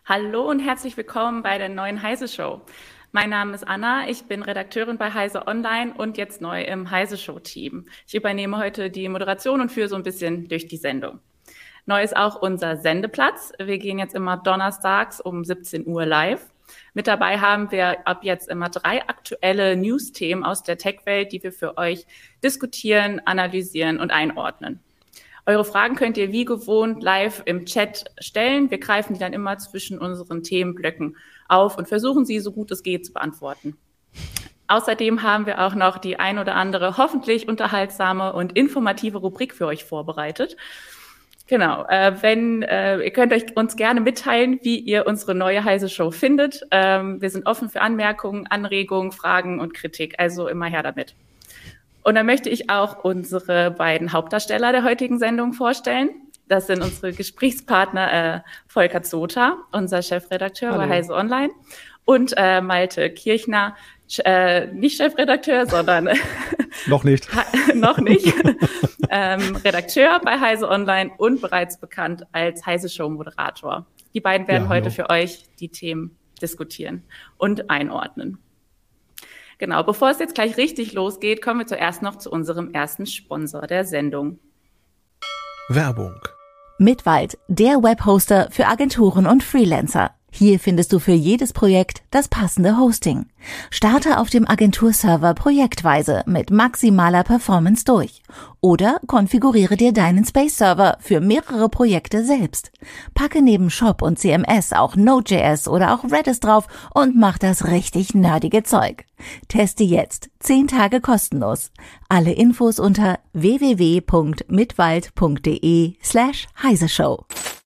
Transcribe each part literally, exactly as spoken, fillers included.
Hallo und herzlich willkommen bei der neuen Heise Show. Mein Name ist Anna, ich bin Redakteurin bei Heise Online und jetzt neu im Heise Show Team. Ich übernehme heute die Moderation und führe so ein bisschen durch die Sendung. Neu ist auch unser Sendeplatz. Wir gehen jetzt immer donnerstags um siebzehn Uhr live. Mit dabei haben wir ab jetzt immer drei aktuelle News-Themen aus der Tech-Welt, die wir für euch diskutieren, analysieren und einordnen. Eure Fragen könnt ihr wie gewohnt live im Chat stellen. Wir greifen die dann immer zwischen unseren Themenblöcken auf und versuchen sie, so gut es geht, zu beantworten. Außerdem haben wir auch noch die ein oder andere hoffentlich unterhaltsame und informative Rubrik für euch vorbereitet. Genau, äh, wenn äh, ihr könnt euch uns gerne mitteilen, wie ihr unsere neue Heise Show findet. Ähm, wir sind offen für Anmerkungen, Anregungen, Fragen und Kritik, also immer her damit. Und dann möchte ich auch unsere beiden Hauptdarsteller der heutigen Sendung vorstellen. Das sind unsere Gesprächspartner äh, Volker Zotha, unser Chefredakteur Hallo. Bei Heise Online, und äh, Malte Kirchner, äh, nicht Chefredakteur, sondern noch nicht, noch nicht, ähm, Redakteur bei Heise Online und bereits bekannt als Heise Show Moderator. Die beiden werden ja, heute für euch die Themen diskutieren und einordnen. Genau, bevor es jetzt gleich richtig losgeht, kommen wir zuerst noch zu unserem ersten Sponsor der Sendung. Werbung. Mitwald, der Webhoster für Agenturen und Freelancer. Hier findest du für jedes Projekt das passende Hosting. Starte auf dem Agenturserver projektweise mit maximaler Performance durch. Oder konfiguriere dir deinen Space-Server für mehrere Projekte selbst. Packe neben Shop und C M S auch Node.js oder auch Redis drauf und mach das richtig nerdige Zeug. Teste jetzt zehn Tage kostenlos. Alle Infos unter w w w punkt mitwald punkt de slash heiseshow.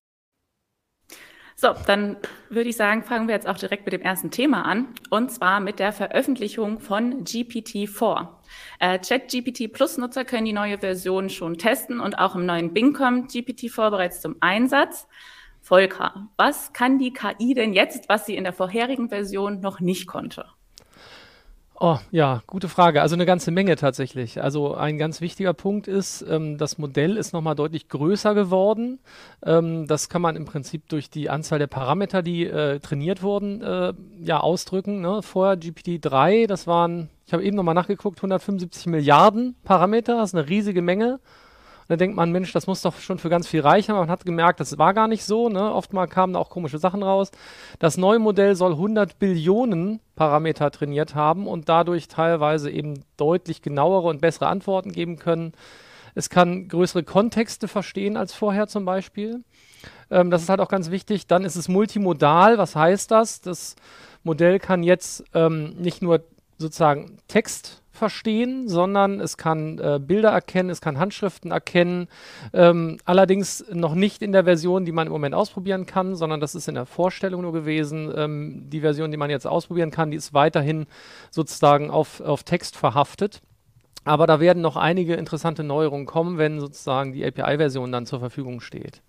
So, dann würde ich sagen, fangen wir jetzt auch direkt mit dem ersten Thema an, und zwar mit der Veröffentlichung von G P T vier. Äh, ChatGPT Plus Nutzer können die neue Version schon testen und auch im neuen Bing kommt G P T vier bereits zum Einsatz. Volker, was kann die K I denn jetzt, was sie in der vorherigen Version noch nicht konnte? Oh, ja, gute Frage. Also eine ganze Menge tatsächlich. Also ein ganz wichtiger Punkt ist, ähm, das Modell ist nochmal deutlich größer geworden. Ähm, das kann man im Prinzip durch die Anzahl der Parameter, die äh, trainiert wurden, äh, ja ausdrücken. Ne? Vorher G P T drei, das waren, ich habe eben nochmal nachgeguckt, hundertfünfundsiebzig Milliarden Parameter. Das ist eine riesige Menge. Da denkt man, Mensch, das muss doch schon für ganz viel reichen. Aber man hat gemerkt, das war gar nicht so. Ne? Oftmal kamen da auch komische Sachen raus. Das neue Modell soll hundert Billionen Parameter trainiert haben und dadurch teilweise eben deutlich genauere und bessere Antworten geben können. Es kann größere Kontexte verstehen als vorher zum Beispiel. Ähm, das ist halt auch ganz wichtig. Dann ist es multimodal. Was heißt das? Das Modell kann jetzt ähm, nicht nur sozusagen Text verstehen, sondern es kann äh, Bilder erkennen, es kann Handschriften erkennen, ähm, allerdings noch nicht in der Version, die man im Moment ausprobieren kann, sondern das ist in der Vorstellung nur gewesen. Ähm, die Version, die man jetzt ausprobieren kann, die ist weiterhin sozusagen auf, auf Text verhaftet. Aber da werden noch einige interessante Neuerungen kommen, wenn sozusagen die A P I-Version dann zur Verfügung steht.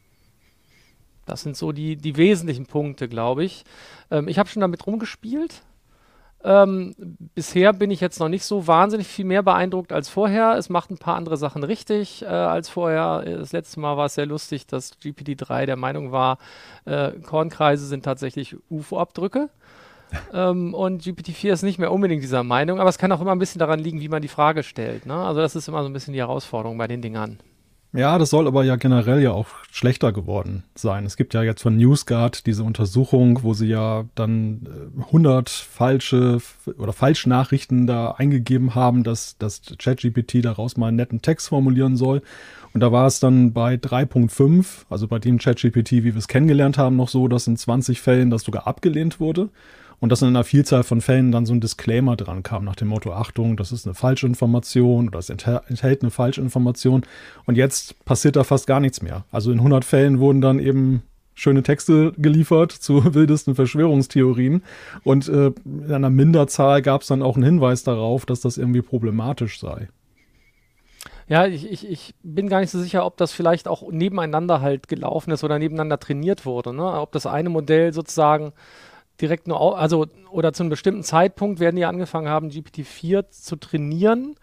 Das sind so die, die wesentlichen Punkte, glaube ich. Ähm, ich habe schon damit rumgespielt. Ähm, bisher bin ich jetzt noch nicht so wahnsinnig viel mehr beeindruckt als vorher. Es macht ein paar andere Sachen richtig äh, als vorher. Das letzte Mal war es sehr lustig, dass G P T drei der Meinung war, äh, Kornkreise sind tatsächlich U F O-Abdrücke. ähm, und G P T vier ist nicht mehr unbedingt dieser Meinung, aber es kann auch immer ein bisschen daran liegen, wie man die Frage stellt. Ne? Also das ist immer so ein bisschen die Herausforderung bei den Dingern. Ja, das soll aber ja generell ja auch schlechter geworden sein. Es gibt ja jetzt von NewsGuard diese Untersuchung, wo sie ja dann hundert falsche oder Falschnachrichten da eingegeben haben, dass das ChatGPT daraus mal einen netten Text formulieren soll. Und da war es dann bei drei Punkt fünf, also bei dem ChatGPT, wie wir es kennengelernt haben, noch so, dass in zwanzig Fällen das sogar abgelehnt wurde. Und dass in einer Vielzahl von Fällen dann so ein Disclaimer dran kam nach dem Motto, Achtung, das ist eine Falschinformation oder es enthält eine Falschinformation. Und jetzt passiert da fast gar nichts mehr. Also in hundert Fällen wurden dann eben schöne Texte geliefert zu wildesten Verschwörungstheorien. Und äh, in einer Minderzahl gab es dann auch einen Hinweis darauf, dass das irgendwie problematisch sei. Ja, ich, ich, ich bin gar nicht so sicher, ob das vielleicht auch nebeneinander halt gelaufen ist oder nebeneinander trainiert wurde. Ne? Ob das eine Modell sozusagen direkt nur, also oder zu einem bestimmten Zeitpunkt werden die angefangen haben, G P T vier zu trainieren.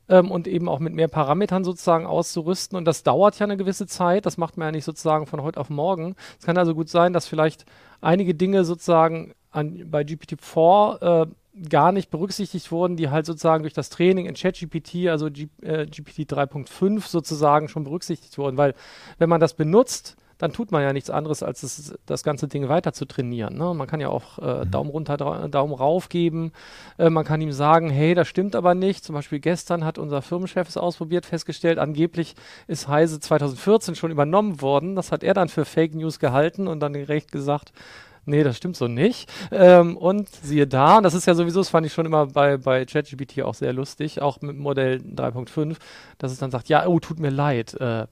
ähm, und eben auch mit mehr Parametern sozusagen auszurüsten. Und das dauert ja eine gewisse Zeit. Das macht man ja nicht sozusagen von heute auf morgen. Es kann also gut sein, dass vielleicht einige Dinge sozusagen an, bei G P T vier äh, gar nicht berücksichtigt wurden, die halt sozusagen durch das Training in ChatGPT, also G, äh, G P T drei Punkt fünf sozusagen schon berücksichtigt wurden. Weil wenn man das benutzt, dann tut man ja nichts anderes, als das, das ganze Ding weiter zu trainieren. Ne? Man kann ja auch äh, Daumen runter, Daumen rauf geben. Äh, man kann ihm sagen, hey, das stimmt aber nicht. Zum Beispiel gestern hat unser Firmenchef es ausprobiert, festgestellt, angeblich ist Heise zwanzig vierzehn schon übernommen worden. Das hat er dann für Fake News gehalten und dann direkt gesagt, nee, das stimmt so nicht. Ähm, und siehe da, und das ist ja sowieso, das fand ich schon immer bei, bei ChatGPT auch sehr lustig, auch mit Modell drei Punkt fünf, dass es dann sagt, ja, oh, tut mir leid, äh,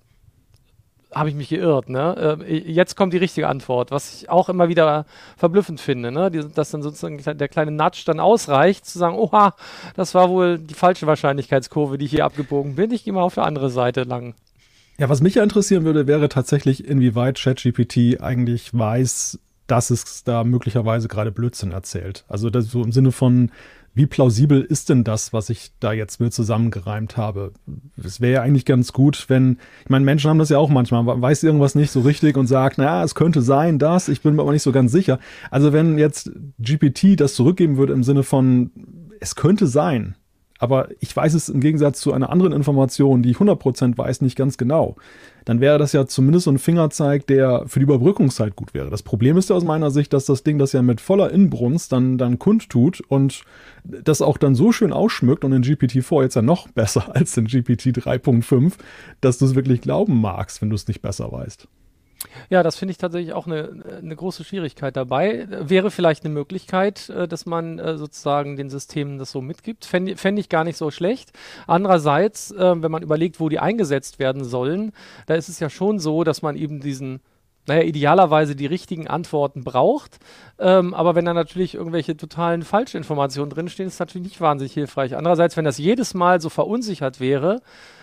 habe ich mich geirrt, ne? Äh, jetzt kommt die richtige Antwort, was ich auch immer wieder verblüffend finde, ne? Die, dass dann sozusagen der kleine Nudge dann ausreicht, zu sagen, oha, das war wohl die falsche Wahrscheinlichkeitskurve, die ich hier abgebogen bin, ich gehe mal auf der andere Seite lang. Ja, was mich ja interessieren würde, wäre tatsächlich, inwieweit ChatGPT eigentlich weiß, dass es da möglicherweise gerade Blödsinn erzählt. Also das so im Sinne von, wie plausibel ist denn das, was ich da jetzt mir zusammengereimt habe? Es wäre ja eigentlich ganz gut, wenn, ich meine, Menschen haben das ja auch manchmal, man weiß irgendwas nicht so richtig und sagt, naja, es könnte sein, das, ich bin mir aber nicht so ganz sicher. Also wenn jetzt G P T das zurückgeben würde im Sinne von, es könnte sein, aber ich weiß es im Gegensatz zu einer anderen Information, die ich hundert Prozent weiß, nicht ganz genau, dann wäre das ja zumindest so ein Fingerzeig, der für die Überbrückungszeit gut wäre. Das Problem ist ja aus meiner Sicht, dass das Ding das ja mit voller Inbrunst dann, dann kundtut und das auch dann so schön ausschmückt und in G P T vier jetzt ja noch besser als in G P T drei Punkt fünf, dass du es wirklich glauben magst, wenn du es nicht besser weißt. Ja, das finde ich tatsächlich auch eine, eine große Schwierigkeit dabei. Wäre vielleicht eine Möglichkeit, äh, dass man äh, sozusagen den Systemen das so mitgibt. Fände fänd ich gar nicht so schlecht. Andererseits, äh, wenn man überlegt, wo die eingesetzt werden sollen, da ist es ja schon so, dass man eben diesen, naja, idealerweise die richtigen Antworten braucht. Ähm, aber wenn da natürlich irgendwelche totalen Falschinformationen drinstehen, ist das natürlich nicht wahnsinnig hilfreich. Andererseits, wenn das jedes Mal so verunsichert wäre,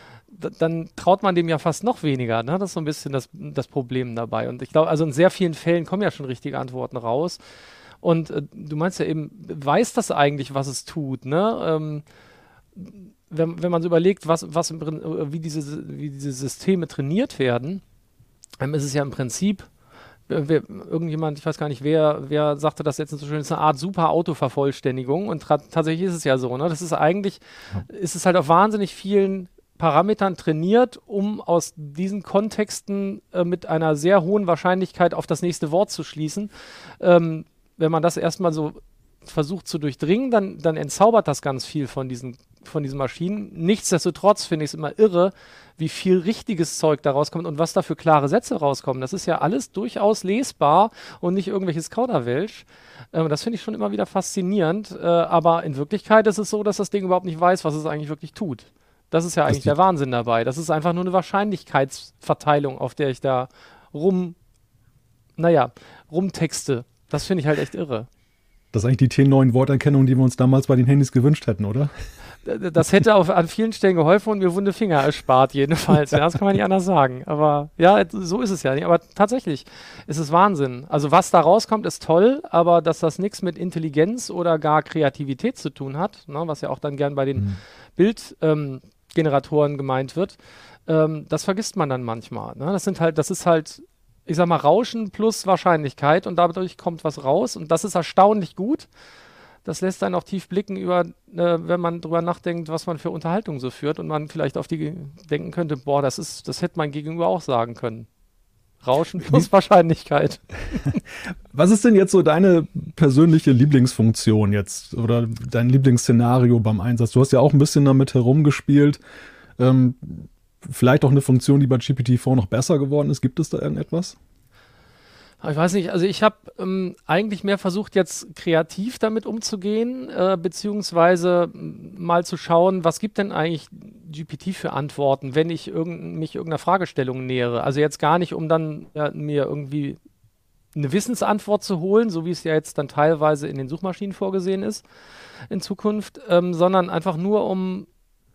dann traut man dem ja fast noch weniger. Ne? Das ist so ein bisschen das, das Problem dabei. Und ich glaube, also in sehr vielen Fällen kommen ja schon richtige Antworten raus. Und äh, du meinst ja eben, weiß das eigentlich, was es tut? Ne? Ähm, wenn, wenn man so überlegt, was, was im, wie, diese, wie diese Systeme trainiert werden, ähm, ist es ja im Prinzip, wer, irgendjemand, ich weiß gar nicht, wer, wer sagte das jetzt so schön, ist eine Art super Autovervollständigung. Und tatsächlich ist es ja so. Ne? Das ist eigentlich, ja. ist es halt auf wahnsinnig vielen Parametern trainiert, um aus diesen Kontexten äh, mit einer sehr hohen Wahrscheinlichkeit auf das nächste Wort zu schließen. Ähm, wenn man das erstmal so versucht zu durchdringen, dann, dann entzaubert das ganz viel von diesen, von diesen Maschinen. Nichtsdestotrotz finde ich es immer irre, wie viel richtiges Zeug da rauskommt und was da für klare Sätze rauskommen. Das ist ja alles durchaus lesbar und nicht irgendwelches Kauderwelsch. Ähm, das finde ich schon immer wieder faszinierend. Äh, aber in Wirklichkeit ist es so, dass das Ding überhaupt nicht weiß, was es eigentlich wirklich tut. Das ist ja eigentlich der Wahnsinn dabei. Das ist einfach nur eine Wahrscheinlichkeitsverteilung, auf der ich da rum, naja, rumtexte. Das finde ich halt echt irre. Das ist eigentlich die T neun Worterkennung, die wir uns damals bei den Handys gewünscht hätten, oder? Das hätte auf, an vielen Stellen geholfen und mir wunde Finger erspart, jedenfalls. Ja, das kann man nicht anders sagen. Aber ja, so ist es ja nicht. Aber tatsächlich ist es Wahnsinn. Also was da rauskommt, ist toll, aber dass das nichts mit Intelligenz oder gar Kreativität zu tun hat, ne, was ja auch dann gern bei den mhm. Bild- ähm, Generatoren gemeint wird, ähm, das vergisst man dann manchmal. Ne? Das sind halt, das ist halt, ich sag mal, Rauschen plus Wahrscheinlichkeit und dadurch kommt was raus und das ist erstaunlich gut. Das lässt einen auch tief blicken über, äh, wenn man drüber nachdenkt, was man für Unterhaltung so führt und man vielleicht auf die denken könnte, boah, das ist, das hätte mein Gegenüber auch sagen können. Rauschen plus Wahrscheinlichkeit. Was ist denn jetzt so deine persönliche Lieblingsfunktion jetzt oder dein Lieblingsszenario beim Einsatz? Du hast ja auch ein bisschen damit herumgespielt. Ähm, vielleicht auch eine Funktion, die bei G P T vier noch besser geworden ist. Gibt es da irgendetwas? Ich weiß nicht, also ich habe ähm, eigentlich mehr versucht, jetzt kreativ damit umzugehen, äh, beziehungsweise mal zu schauen, was gibt denn eigentlich G P T für Antworten, wenn ich irgend, mich irgendeiner Fragestellung nähere. Also jetzt gar nicht, um dann ja, mir irgendwie eine Wissensantwort zu holen, so wie es ja jetzt dann teilweise in den Suchmaschinen vorgesehen ist in Zukunft, ähm, sondern einfach nur, um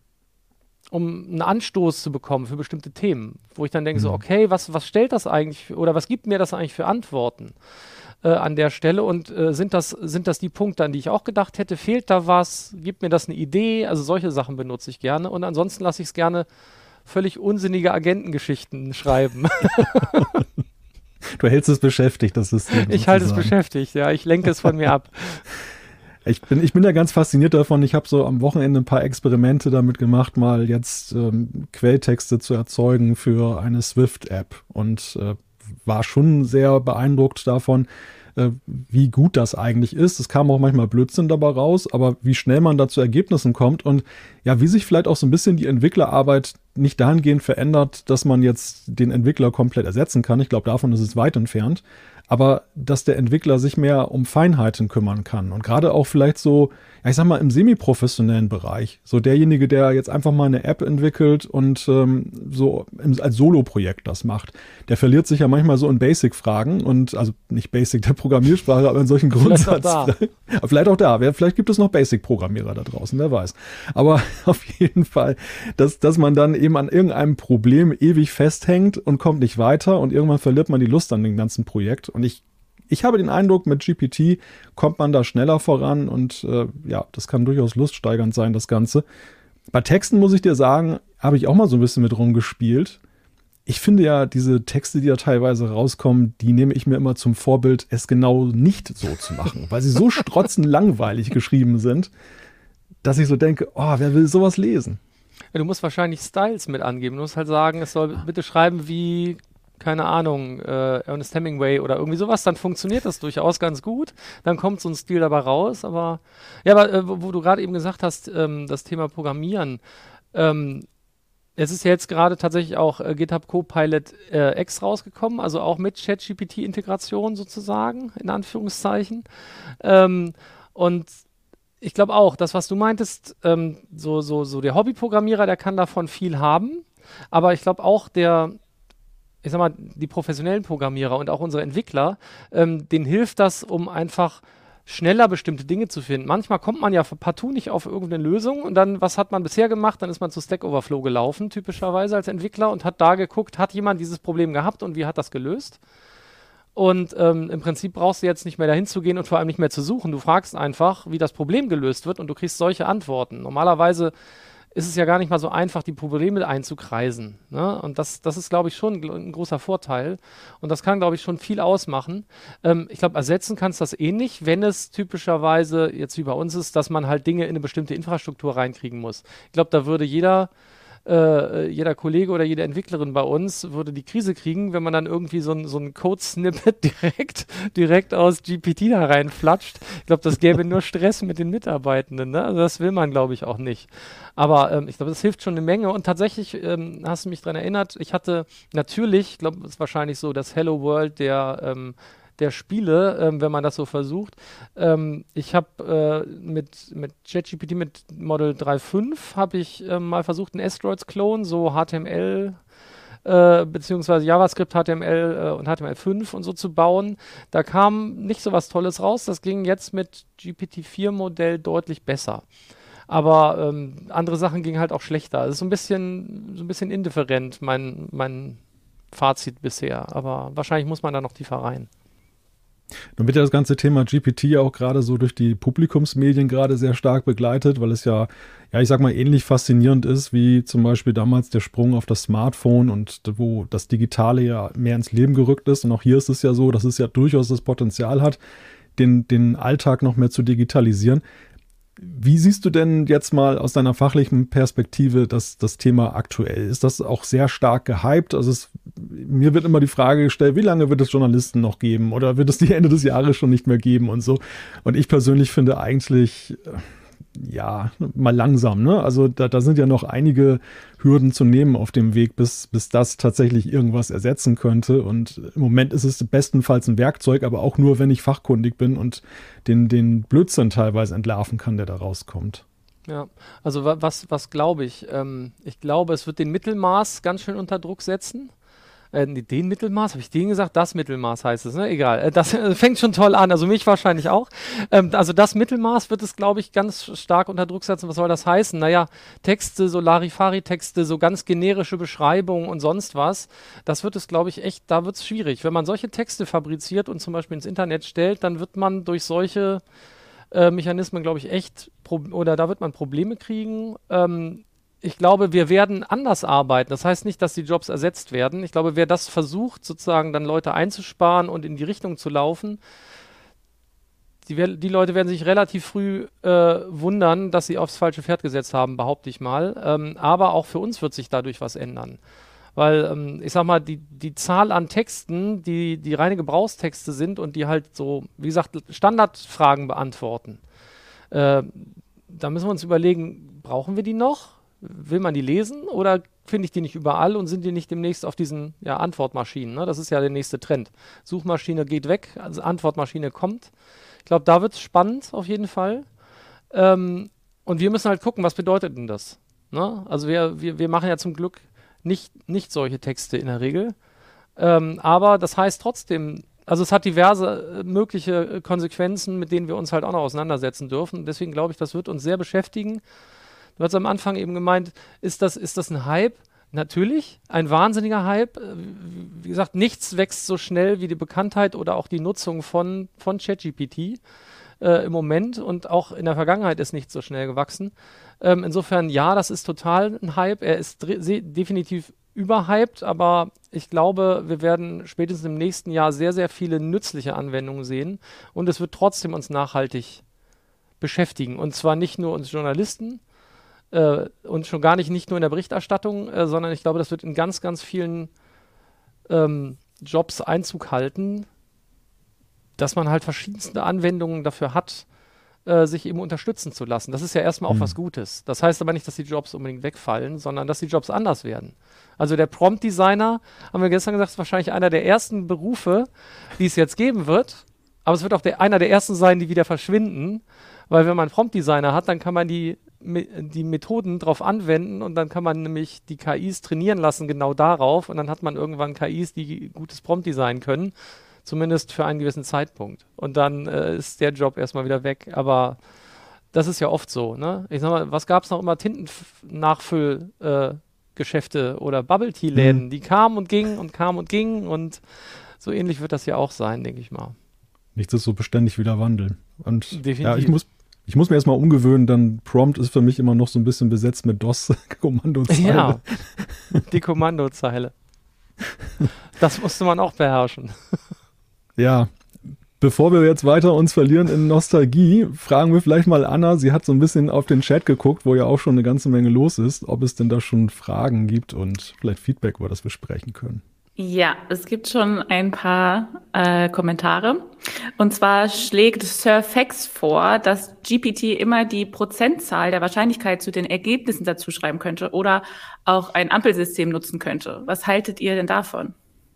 um einen Anstoß zu bekommen für bestimmte Themen, wo ich dann denke, mhm. so, okay, was, was stellt das eigentlich für, oder was gibt mir das eigentlich für Antworten? äh, an der Stelle und äh, sind das, sind das die Punkte, an die ich auch gedacht hätte? Fehlt da was? Gibt mir das eine Idee? Also solche Sachen benutze ich gerne und ansonsten lasse ich es gerne völlig unsinnige Agentengeschichten schreiben. Du hältst es beschäftigt, das ist. Ich halte es beschäftigt, ja, ich lenke es von mir ab. Ich bin, ich bin da ganz fasziniert davon. Ich habe so am Wochenende ein paar Experimente damit gemacht, mal jetzt ähm, Quelltexte zu erzeugen für eine Swift-App und äh, war schon sehr beeindruckt davon, äh, wie gut das eigentlich ist. Es kam auch manchmal Blödsinn dabei raus, aber wie schnell man da zu Ergebnissen kommt und ja, wie sich vielleicht auch so ein bisschen die Entwicklerarbeit nicht dahingehend verändert, dass man jetzt den Entwickler komplett ersetzen kann. Ich glaube, davon ist es weit entfernt. Aber dass der Entwickler sich mehr um Feinheiten kümmern kann. Und gerade auch vielleicht so, ja, ich sag mal, im semi-professionellen Bereich. So derjenige, der jetzt einfach mal eine App entwickelt und ähm, so im, als Solo-Projekt das macht, der verliert sich ja manchmal so in Basic-Fragen und, also nicht Basic der Programmiersprache, aber in solchen Grundsatz. Vielleicht auch da. Vielleicht auch da. Vielleicht gibt es noch Basic-Programmierer da draußen, wer weiß. Aber auf jeden Fall, dass, dass man dann eben an irgendeinem Problem ewig festhängt und kommt nicht weiter und irgendwann verliert man die Lust an dem ganzen Projekt. Und ich, ich habe den Eindruck, mit G P T kommt man da schneller voran und äh, ja, das kann durchaus luststeigernd sein, das Ganze. Bei Texten, muss ich dir sagen, habe ich auch mal so ein bisschen mit rumgespielt. Ich finde ja, diese Texte, die da teilweise rauskommen, die nehme ich mir immer zum Vorbild, es genau nicht so zu machen, weil sie so strotzenlangweilig geschrieben sind, dass ich so denke, oh, wer will sowas lesen? Ja, du musst wahrscheinlich Styles mit angeben. Du musst halt sagen, es soll bitte schreiben wie, keine Ahnung, äh, Ernest Hemingway oder irgendwie sowas. Dann funktioniert das durchaus ganz gut. Dann kommt so ein Stil dabei raus. Aber ja, aber äh, wo, wo du gerade eben gesagt hast, ähm, das Thema Programmieren. Ähm, es ist ja jetzt gerade tatsächlich auch äh, GitHub Copilot äh, X rausgekommen, also auch mit ChatGPT-Integration sozusagen, in Anführungszeichen. Ähm, und ich glaube auch, das, was du meintest, ähm, so, so, so der Hobbyprogrammierer, der kann davon viel haben, aber ich glaube auch der, ich sag mal, die professionellen Programmierer und auch unsere Entwickler, ähm, denen hilft das, um einfach schneller bestimmte Dinge zu finden. Manchmal kommt man ja partout nicht auf irgendeine Lösung und dann, was hat man bisher gemacht? Dann ist man zu Stack Overflow gelaufen, typischerweise als Entwickler und hat da geguckt, hat jemand dieses Problem gehabt und wie hat das gelöst? Und ähm, im Prinzip brauchst du jetzt nicht mehr dahin zu gehen und vor allem nicht mehr zu suchen. Du fragst einfach, wie das Problem gelöst wird und du kriegst solche Antworten. Normalerweise ist es ja gar nicht mal so einfach, die Probleme einzukreisen. Ne? Und das, das ist, glaube ich, schon ein, ein großer Vorteil. Und das kann, glaube ich, schon viel ausmachen. Ähm, ich glaube, ersetzen kannst du das eh nicht, wenn es typischerweise jetzt wie bei uns ist, dass man halt Dinge in eine bestimmte Infrastruktur reinkriegen muss. Ich glaube, da würde jeder Äh, jeder Kollege oder jede Entwicklerin bei uns würde die Krise kriegen, wenn man dann irgendwie so ein, so ein Code-Snippet direkt, direkt aus G P T da reinflatscht. Ich glaube, das gäbe nur Stress mit den Mitarbeitenden. Ne? Also das will man, glaube ich, auch nicht. Aber ähm, ich glaube, das hilft schon eine Menge. Und tatsächlich ähm, hast du mich daran erinnert, ich hatte natürlich, ich glaube, es ist wahrscheinlich so das Hello World der ähm, der Spiele, ähm, wenn man das so versucht. Ähm, ich habe äh, mit, mit ChatGPT, mit Model drei Punkt fünf, habe ich äh, mal versucht, einen Asteroids-Klon, so H T M L äh, beziehungsweise JavaScript, H T M L äh, und H T M L fünf und so zu bauen. Da kam nicht so was Tolles raus. Das ging jetzt mit G P T vier Modell deutlich besser. Aber ähm, andere Sachen gingen halt auch schlechter. Das ist so ein bisschen, so ein bisschen indifferent, mein, mein Fazit bisher. Aber wahrscheinlich muss man da noch tiefer rein. Nun wird ja das ganze Thema G P T auch gerade so durch die Publikumsmedien gerade sehr stark begleitet, weil es ja, ja, ich sag mal, ähnlich faszinierend ist, wie zum Beispiel damals der Sprung auf das Smartphone und wo das Digitale ja mehr ins Leben gerückt ist. Und auch hier ist es ja so, dass es ja durchaus das Potenzial hat, den, den Alltag noch mehr zu digitalisieren. Wie siehst du denn jetzt mal aus deiner fachlichen Perspektive das, das Thema aktuell? Ist das auch sehr stark gehypt? Also es, mir wird immer die Frage gestellt, wie lange wird es Journalisten noch geben? Oder wird es die Ende des Jahres schon nicht mehr geben und so? Und ich persönlich finde eigentlich, ja, mal langsam, ne? Also da, da sind ja noch einige Hürden zu nehmen auf dem Weg, bis, bis das tatsächlich irgendwas ersetzen könnte. Und im Moment ist es bestenfalls ein Werkzeug, aber auch nur, wenn ich fachkundig bin und den, den Blödsinn teilweise entlarven kann, der da rauskommt. Ja, also wa- was, was glaube ich? Ähm, ich glaube, es wird den Mittelmaß ganz schön unter Druck setzen. Äh, den Mittelmaß, habe ich den gesagt? Das Mittelmaß heißt es, ne? Egal. Äh, das äh, fängt schon toll an, also mich wahrscheinlich auch. Ähm, also das Mittelmaß wird es, glaube ich, ganz stark unter Druck setzen. Was soll das heißen? Naja, Texte, so Larifari-Texte, so ganz generische Beschreibungen und sonst was. Das wird es, glaube ich, echt, da wird es schwierig. Wenn man solche Texte fabriziert und zum Beispiel ins Internet stellt, dann wird man durch solche äh, Mechanismen, glaube ich, echt, oder da wird man Probleme kriegen. Ähm, Ich glaube, wir werden anders arbeiten. Das heißt nicht, dass die Jobs ersetzt werden. Ich glaube, wer das versucht, sozusagen dann Leute einzusparen und in die Richtung zu laufen, die, die Leute werden sich relativ früh äh, wundern, dass sie aufs falsche Pferd gesetzt haben, behaupte ich mal. Ähm, aber auch für uns wird sich dadurch was ändern. Weil, ähm, ich sag mal, die, die Zahl an Texten, die, die reine Gebrauchstexte sind und die halt so, wie gesagt, Standardfragen beantworten, äh, da müssen wir uns überlegen, brauchen wir die noch? Will man die lesen oder finde ich die nicht überall und sind die nicht demnächst auf diesen ja, Antwortmaschinen? Ne? Das ist ja der nächste Trend. Suchmaschine geht weg, also Antwortmaschine kommt. Ich glaube, da wird es spannend auf jeden Fall. Ähm, und wir müssen halt gucken, was bedeutet denn das? Ne? Also wir, wir, wir machen ja zum Glück nicht, nicht solche Texte in der Regel. Ähm, aber das heißt trotzdem, also es hat diverse äh, mögliche Konsequenzen, mit denen wir uns halt auch noch auseinandersetzen dürfen. Deswegen glaube ich, das wird uns sehr beschäftigen. Du hast am Anfang eben gemeint, ist das, ist das ein Hype? Natürlich, ein wahnsinniger Hype. Wie gesagt, nichts wächst so schnell wie die Bekanntheit oder auch die Nutzung von, von ChatGPT äh, im Moment und auch in der Vergangenheit ist nichts so schnell gewachsen. Ähm, insofern, ja, das ist total ein Hype. Er ist definitiv überhyped, aber ich glaube, wir werden spätestens im nächsten Jahr sehr, sehr viele nützliche Anwendungen sehen und es wird trotzdem uns nachhaltig beschäftigen. Und zwar nicht nur uns Journalisten, Äh, und schon gar nicht, nicht nur in der Berichterstattung, äh, sondern ich glaube, das wird in ganz, ganz vielen ähm, Jobs Einzug halten, dass man halt verschiedenste Anwendungen dafür hat, äh, sich eben unterstützen zu lassen. Das ist ja erstmal auch Mhm. was Gutes. Das heißt aber nicht, dass die Jobs unbedingt wegfallen, sondern dass die Jobs anders werden. Also der Prompt-Designer, haben wir gestern gesagt, ist wahrscheinlich einer der ersten Berufe, die es jetzt geben wird, aber es wird auch der, einer der ersten sein, die wieder verschwinden, weil wenn man einen Prompt-Designer hat, dann kann man die die Methoden drauf anwenden und dann kann man nämlich die K Is trainieren lassen genau darauf und dann hat man irgendwann K Is, die gutes Prompt designen können, zumindest für einen gewissen Zeitpunkt. Und dann äh, ist der Job erstmal wieder weg. Aber das ist ja oft so, ne? Ich sag mal, was gab es noch immer? Tintennachfüllgeschäfte äh, oder Bubble-Tea-Läden, mhm. die kamen und gingen und kamen und gingen und so ähnlich wird das ja auch sein, denke ich mal. Nichts ist so beständig wie der Wandel. Und Definitiv. Ja, ich muss Ich muss mir erstmal umgewöhnen, dann Prompt ist für mich immer noch so ein bisschen besetzt mit DOS-Kommandozeile. Ja, die Kommandozeile. Das musste man auch beherrschen. Ja, bevor wir jetzt weiter uns verlieren in Nostalgie, fragen wir vielleicht mal Anna, sie hat so ein bisschen auf den Chat geguckt, wo ja auch schon eine ganze Menge los ist, ob es denn da schon Fragen gibt und vielleicht Feedback, über das wir sprechen können. Ja, es gibt schon ein paar äh, Kommentare. Und zwar schlägt Surfax vor, dass G P T immer die Prozentzahl der Wahrscheinlichkeit zu den Ergebnissen dazu schreiben könnte oder auch ein Ampelsystem nutzen könnte. Was haltet ihr denn davon?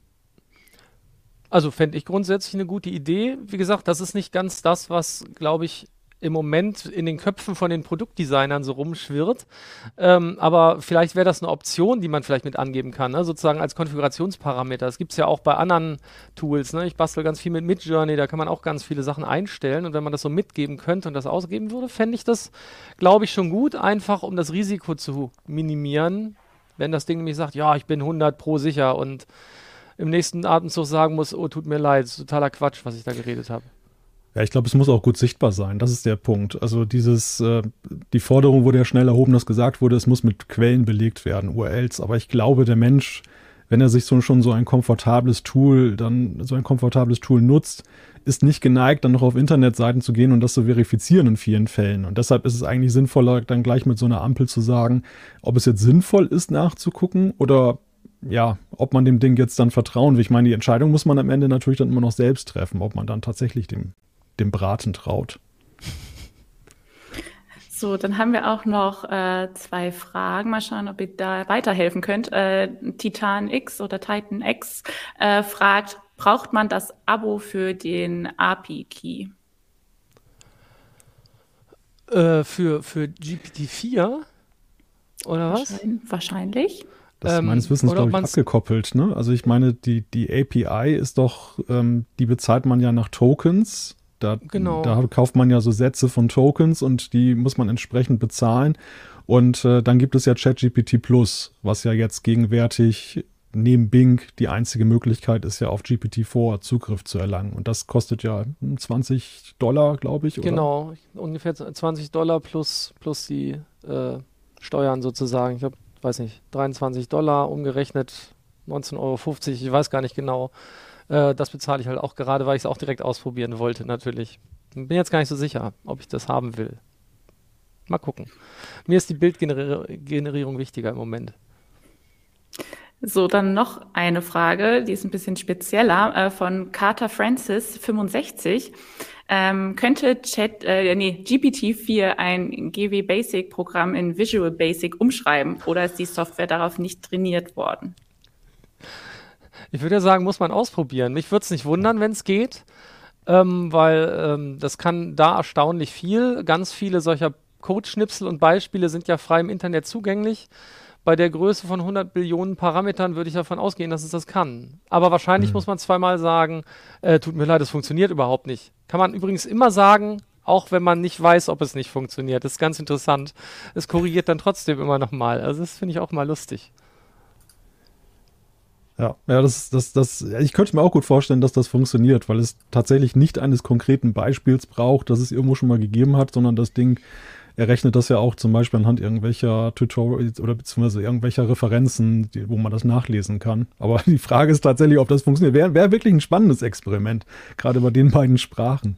Also fände ich grundsätzlich eine gute Idee. Wie gesagt, das ist nicht ganz das, was, glaube ich, im Moment in den Köpfen von den Produktdesignern so rumschwirrt. Ähm, aber vielleicht wäre das eine Option, die man vielleicht mit angeben kann, ne? Sozusagen als Konfigurationsparameter. Das gibt es ja auch bei anderen Tools. Ne? Ich bastel ganz viel mit Midjourney, da kann man auch ganz viele Sachen einstellen. Und wenn man das so mitgeben könnte und das ausgeben würde, fände ich das, glaube ich, schon gut, einfach um das Risiko zu minimieren. Wenn das Ding nämlich sagt, ja, ich bin hundert pro sicher und im nächsten Atemzug sagen muss, oh, tut mir leid, das ist totaler Quatsch, was ich da geredet habe. Ja, ich glaube, es muss auch gut sichtbar sein. Das ist der Punkt. Also dieses, äh, die Forderung wurde ja schnell erhoben, dass gesagt wurde, es muss mit Quellen belegt werden, U R Ls. Aber ich glaube, der Mensch, wenn er sich so schon so ein komfortables Tool, dann so ein komfortables Tool nutzt, ist nicht geneigt, dann noch auf Internetseiten zu gehen und das zu verifizieren in vielen Fällen. Und deshalb ist es eigentlich sinnvoller, dann gleich mit so einer Ampel zu sagen, ob es jetzt sinnvoll ist, nachzugucken oder ja, ob man dem Ding jetzt dann vertrauen will. Ich meine, die Entscheidung muss man am Ende natürlich dann immer noch selbst treffen, ob man dann tatsächlich dem dem Braten traut. So, dann haben wir auch noch äh, zwei Fragen. Mal schauen, ob ihr da weiterhelfen könnt. Äh, Titan X oder Titan X äh, fragt, braucht man das Abo für den A P I-Key? Äh, für, für G P T vier? Oder was? Wahrscheinlich. Das ist Ähm, meines Wissens, oder ob glaube ich, man's- abgekoppelt, ne? Also ich meine, die, die A P I ist doch, ähm, die bezahlt man ja nach Tokens. Da, Genau. da kauft man ja so Sätze von Tokens und die muss man entsprechend bezahlen. Und äh, dann gibt es ja ChatGPT Plus, was ja jetzt gegenwärtig neben Bing die einzige Möglichkeit ist, ja auf G P T vier Zugriff zu erlangen. Und das kostet ja zwanzig Dollar, glaube ich, oder? Genau, ungefähr zwanzig Dollar plus, plus die äh, Steuern sozusagen. Ich glaube, weiß nicht, dreiundzwanzig Dollar umgerechnet, neunzehn Euro fünfzig, ich weiß gar nicht genau. Äh, das bezahle ich halt auch gerade, weil ich es auch direkt ausprobieren wollte, natürlich. Bin jetzt gar nicht so sicher, ob ich das haben will. Mal gucken. Mir ist die Bildgenerierung wichtiger im Moment. So, dann noch eine Frage, die ist ein bisschen spezieller, äh, von Carter Francis fünfundsechzig. Ähm, könnte Chat, äh, nee, G P T vier ein G W Basic Programm in Visual Basic umschreiben oder ist die Software darauf nicht trainiert worden? Ich würde ja sagen, muss man ausprobieren. Mich würde es nicht wundern, wenn es geht, ähm, weil ähm, das kann da erstaunlich viel. Ganz viele solcher Codeschnipsel und Beispiele sind ja frei im Internet zugänglich. Bei der Größe von hundert Billionen Parametern würde ich davon ausgehen, dass es das kann. Aber wahrscheinlich Mhm. muss man zweimal sagen, äh, tut mir leid, es funktioniert überhaupt nicht. Kann man übrigens immer sagen, auch wenn man nicht weiß, ob es nicht funktioniert. Das ist ganz interessant. Es korrigiert dann trotzdem immer nochmal. Also das finde ich auch mal lustig. Ja, ja, das, das, das, ich könnte mir auch gut vorstellen, dass das funktioniert, weil es tatsächlich nicht eines konkreten Beispiels braucht, das es irgendwo schon mal gegeben hat, sondern das Ding errechnet das ja auch zum Beispiel anhand irgendwelcher Tutorials oder beziehungsweise irgendwelcher Referenzen, die, wo man das nachlesen kann. Aber die Frage ist tatsächlich, ob das funktioniert. Wäre wär wirklich ein spannendes Experiment, gerade bei den beiden Sprachen.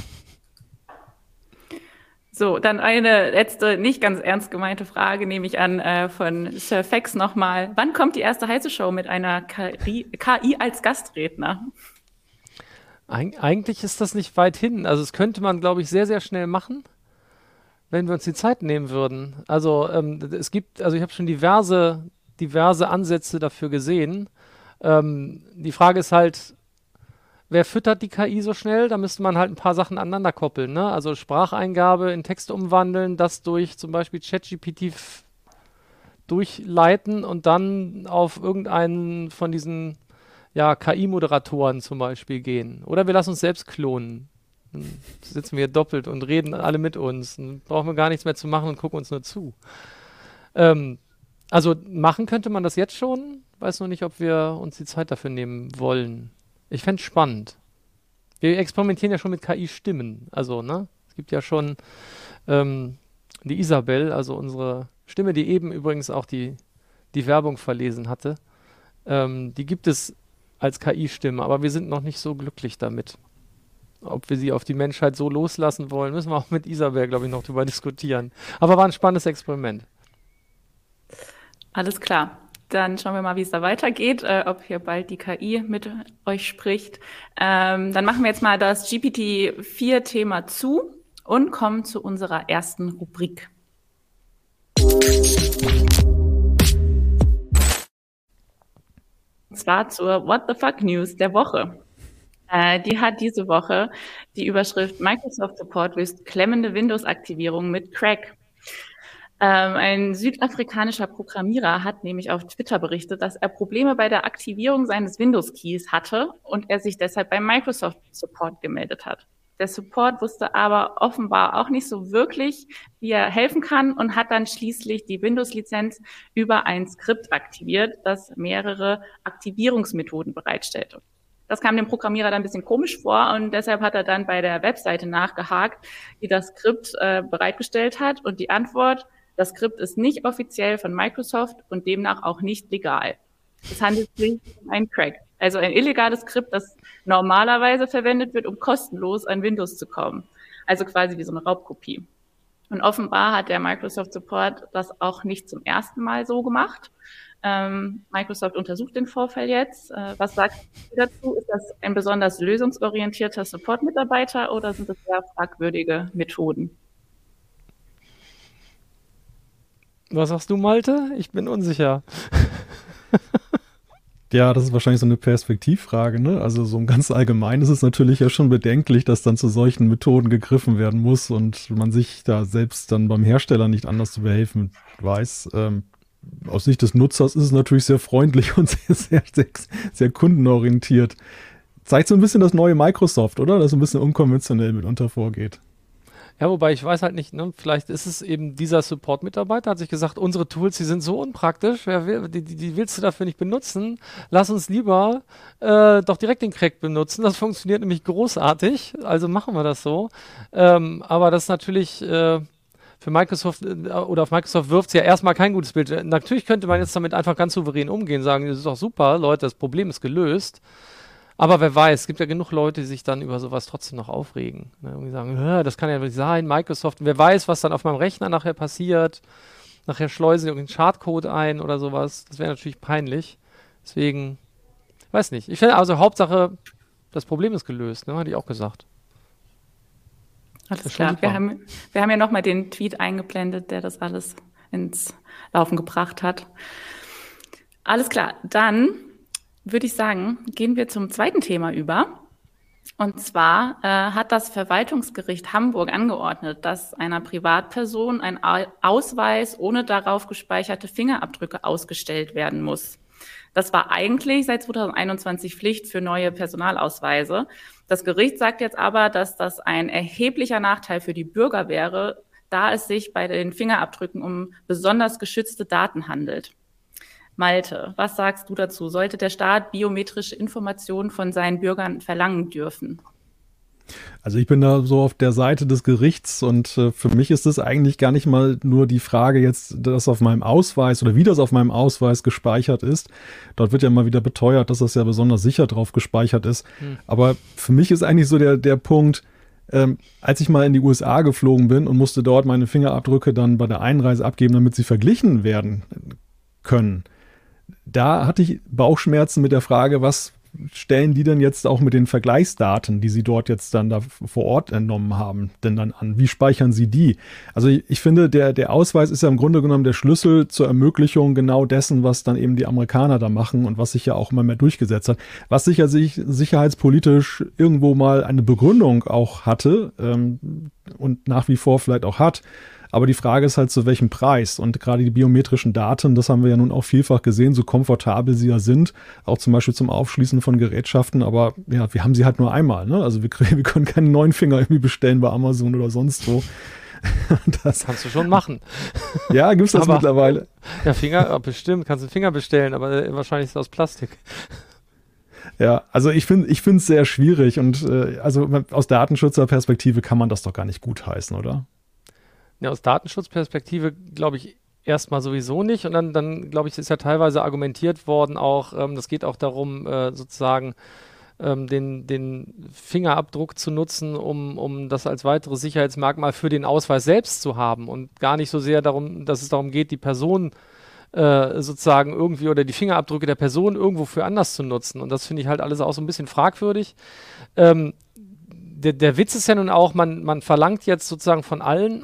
So, dann eine letzte, nicht ganz ernst gemeinte Frage, nehme ich an, äh, von Sir Fex nochmal. Wann kommt die erste Heise Show mit einer K I, K I als Gastredner? Eig eigentlich ist das nicht weit hin. Also das könnte man, glaube ich, sehr, sehr schnell machen, wenn wir uns die Zeit nehmen würden. Also ähm, es gibt, also ich habe schon diverse, diverse Ansätze dafür gesehen. Ähm, die Frage ist halt, wer füttert die K I so schnell? Da müsste man halt ein paar Sachen aneinander koppeln, ne? Also Spracheingabe in Text umwandeln, das durch zum Beispiel ChatGPT durchleiten und dann auf irgendeinen von diesen ja, K I-Moderatoren zum Beispiel gehen. Oder wir lassen uns selbst klonen. Dann sitzen wir doppelt und reden alle mit uns. Dann brauchen wir gar nichts mehr zu machen und gucken uns nur zu. Ähm, also machen könnte man das jetzt schon. Weiß nur nicht, ob wir uns die Zeit dafür nehmen wollen. Ich fände es spannend. Wir experimentieren ja schon mit K I-Stimmen. Also, ne? Es gibt ja schon ähm, die Isabel, also unsere Stimme, die eben übrigens auch die, die Werbung verlesen hatte. Ähm, die gibt es als K I-Stimme, aber wir sind noch nicht so glücklich damit. Ob wir sie auf die Menschheit so loslassen wollen, müssen wir auch mit Isabel, glaube ich, noch drüber diskutieren. Aber war ein spannendes Experiment. Alles klar. Dann schauen wir mal, wie es da weitergeht, äh, ob hier bald die K I mit euch spricht. Ähm, dann machen wir jetzt mal das G P T vier Thema zu und kommen zu unserer ersten Rubrik. Und zwar zur What the Fuck News der Woche. Äh, die hat diese Woche die Überschrift Microsoft Support löst klemmende Windows-Aktivierung mit Crack. Ähm, ein südafrikanischer Programmierer hat nämlich auf Twitter berichtet, dass er Probleme bei der Aktivierung seines Windows-Keys hatte und er sich deshalb beim Microsoft Support gemeldet hat. Der Support wusste aber offenbar auch nicht so wirklich, wie er helfen kann und hat dann schließlich die Windows-Lizenz über ein Skript aktiviert, das mehrere Aktivierungsmethoden bereitstellte. Das kam dem Programmierer dann ein bisschen komisch vor und deshalb hat er dann bei der Webseite nachgehakt, die das Skript äh, bereitgestellt hat. Und die Antwort: Das Skript ist nicht offiziell von Microsoft und demnach auch nicht legal. Es handelt sich um einen Crack, also ein illegales Skript, das normalerweise verwendet wird, um kostenlos an Windows zu kommen. Also quasi wie so eine Raubkopie. Und offenbar hat der Microsoft Support das auch nicht zum ersten Mal so gemacht. Ähm, Microsoft untersucht den Vorfall jetzt. Äh, was sagt ihr dazu? Ist das ein besonders lösungsorientierter Support-Mitarbeiter oder sind das sehr fragwürdige Methoden? Was sagst du, Malte? Ich bin unsicher. Ja, das ist wahrscheinlich so eine Perspektivfrage, ne? Also so ganz allgemein ist es natürlich ja schon bedenklich, dass dann zu solchen Methoden gegriffen werden muss und man sich da selbst dann beim Hersteller nicht anders zu behelfen weiß. Ähm, aus Sicht des Nutzers ist es natürlich sehr freundlich und sehr, sehr, sehr, sehr kundenorientiert. Zeigt so ein bisschen das neue Microsoft, oder? Das ein bisschen unkonventionell mitunter vorgeht. Ja, wobei ich weiß halt nicht, ne, vielleicht ist es eben dieser Support-Mitarbeiter, hat sich gesagt, unsere Tools, die sind so unpraktisch, wer will, die, die willst du dafür nicht benutzen, lass uns lieber äh, doch direkt den Crack benutzen, das funktioniert nämlich großartig, also machen wir das so. Ähm, aber das ist natürlich äh, für Microsoft äh, oder auf Microsoft wirft es ja erstmal kein gutes Bild. Natürlich könnte man jetzt damit einfach ganz souverän umgehen, sagen, das ist doch super, Leute, das Problem ist gelöst. Aber wer weiß, es gibt ja genug Leute, die sich dann über sowas trotzdem noch aufregen. Ne? Irgendwie sagen, das kann ja nicht sein, Microsoft. Und wer weiß, was dann auf meinem Rechner nachher passiert. Nachher schleusen sie irgendeinen Schadcode ein oder sowas. Das wäre natürlich peinlich. Deswegen, weiß nicht. Ich finde also Hauptsache, das Problem ist gelöst, ne? Hatte ich auch gesagt. Alles klar. Wir haben, wir haben ja nochmal den Tweet eingeblendet, der das alles ins Laufen gebracht hat. Alles klar, dann würde ich sagen, gehen wir zum zweiten Thema über. Und zwar äh, hat das Verwaltungsgericht Hamburg angeordnet, dass einer Privatperson ein Ausweis ohne darauf gespeicherte Fingerabdrücke ausgestellt werden muss. Das war eigentlich seit zweitausendeinundzwanzig Pflicht für neue Personalausweise. Das Gericht sagt jetzt aber, dass das ein erheblicher Nachteil für die Bürger wäre, da es sich bei den Fingerabdrücken um besonders geschützte Daten handelt. Malte, was sagst du dazu? Sollte der Staat biometrische Informationen von seinen Bürgern verlangen dürfen? Also ich bin da so auf der Seite des Gerichts und äh, für mich ist es eigentlich gar nicht mal nur die Frage jetzt, dass auf meinem Ausweis oder wie das auf meinem Ausweis gespeichert ist. Dort wird ja mal wieder beteuert, dass das ja besonders sicher drauf gespeichert ist. Hm. Aber für mich ist eigentlich so der, der Punkt, ähm, als ich mal in die U S A geflogen bin und musste dort meine Fingerabdrücke dann bei der Einreise abgeben, damit sie verglichen werden können. Da hatte ich Bauchschmerzen mit der Frage, was stellen die denn jetzt auch mit den Vergleichsdaten, die sie dort jetzt dann da vor Ort entnommen haben, denn dann an? Wie speichern sie die? Also ich, ich finde, der, der Ausweis ist ja im Grunde genommen der Schlüssel zur Ermöglichung genau dessen, was dann eben die Amerikaner da machen und was sich ja auch immer mehr durchgesetzt hat. Was sicher sich sicherheitspolitisch irgendwo mal eine Begründung auch hatte ähm, und nach wie vor vielleicht auch hat. Aber die Frage ist halt, zu welchem Preis? Und gerade die biometrischen Daten, das haben wir ja nun auch vielfach gesehen, so komfortabel sie ja sind, auch zum Beispiel zum Aufschließen von Gerätschaften. Aber ja, wir haben sie halt nur einmal. Ne? Also wir, wir können keinen neuen Finger irgendwie bestellen bei Amazon oder sonst wo. Das kannst du schon machen. Ja, gibt es das aber mittlerweile? Ja, Finger, bestimmt, kannst du einen Finger bestellen, aber wahrscheinlich ist es aus Plastik. Ja, also ich finde ich finde es sehr schwierig und äh, also aus Datenschutzerperspektive kann man das doch gar nicht gutheißen, oder? Ja, aus Datenschutzperspektive glaube ich erstmal sowieso nicht. Und dann, dann glaube ich, ist ja teilweise argumentiert worden auch, ähm, das geht auch darum, äh, sozusagen ähm, den, den Fingerabdruck zu nutzen, um, um das als weiteres Sicherheitsmerkmal für den Ausweis selbst zu haben und gar nicht so sehr darum, dass es darum geht, die Person äh, sozusagen irgendwie oder die Fingerabdrücke der Person irgendwo für anders zu nutzen. Und das finde ich halt alles auch so ein bisschen fragwürdig. Ähm, Der, der Witz ist ja nun auch, man, man verlangt jetzt sozusagen von allen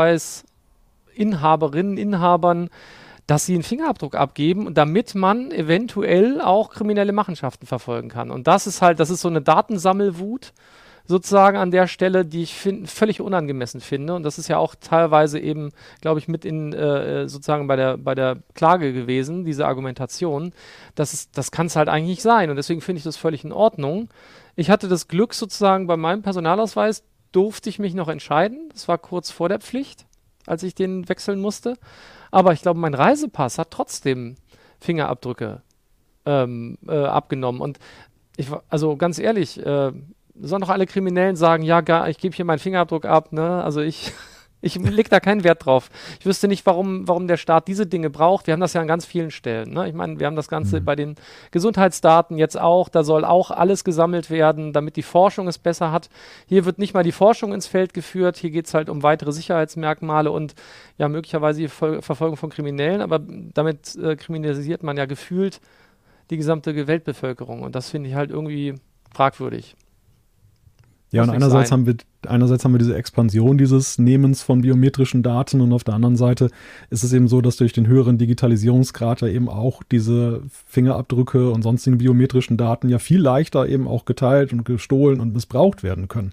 Ausweisinhaberinnen, Inhabern, dass sie einen Fingerabdruck abgeben, damit man eventuell auch kriminelle Machenschaften verfolgen kann. Und das ist halt, das ist so eine Datensammelwut sozusagen an der Stelle, die ich find, völlig unangemessen finde. Und das ist ja auch teilweise eben, glaube ich, mit in äh, sozusagen bei der, bei der Klage gewesen, diese Argumentation. Das ist, das kann es halt eigentlich nicht sein. Und deswegen finde ich das völlig in Ordnung. Ich hatte das Glück sozusagen, bei meinem Personalausweis durfte ich mich noch entscheiden. Das war kurz vor der Pflicht, als ich den wechseln musste. Aber ich glaube, mein Reisepass hat trotzdem Fingerabdrücke ähm, äh, abgenommen. Und ich also ganz ehrlich, äh, sollen doch alle Kriminellen sagen, ja, gar, ich gebe hier meinen Fingerabdruck ab. Ne? Also ich... Ich lege da keinen Wert drauf. Ich wüsste nicht, warum, warum der Staat diese Dinge braucht. Wir haben das ja an ganz vielen Stellen. Ne? Ich meine, wir haben das Ganze mhm. bei den Gesundheitsdaten jetzt auch. Da soll auch alles gesammelt werden, damit die Forschung es besser hat. Hier wird nicht mal die Forschung ins Feld geführt. Hier geht es halt um weitere Sicherheitsmerkmale und ja möglicherweise die Ver- Verfolgung von Kriminellen. Aber damit äh, kriminalisiert man ja gefühlt die gesamte Weltbevölkerung. Und das finde ich halt irgendwie fragwürdig. Ja, und einerseits haben, wir, einerseits haben wir diese Expansion dieses Nehmens von biometrischen Daten und auf der anderen Seite ist es eben so, dass durch den höheren Digitalisierungsgrad ja eben auch diese Fingerabdrücke und sonstigen biometrischen Daten ja viel leichter eben auch geteilt und gestohlen und missbraucht werden können.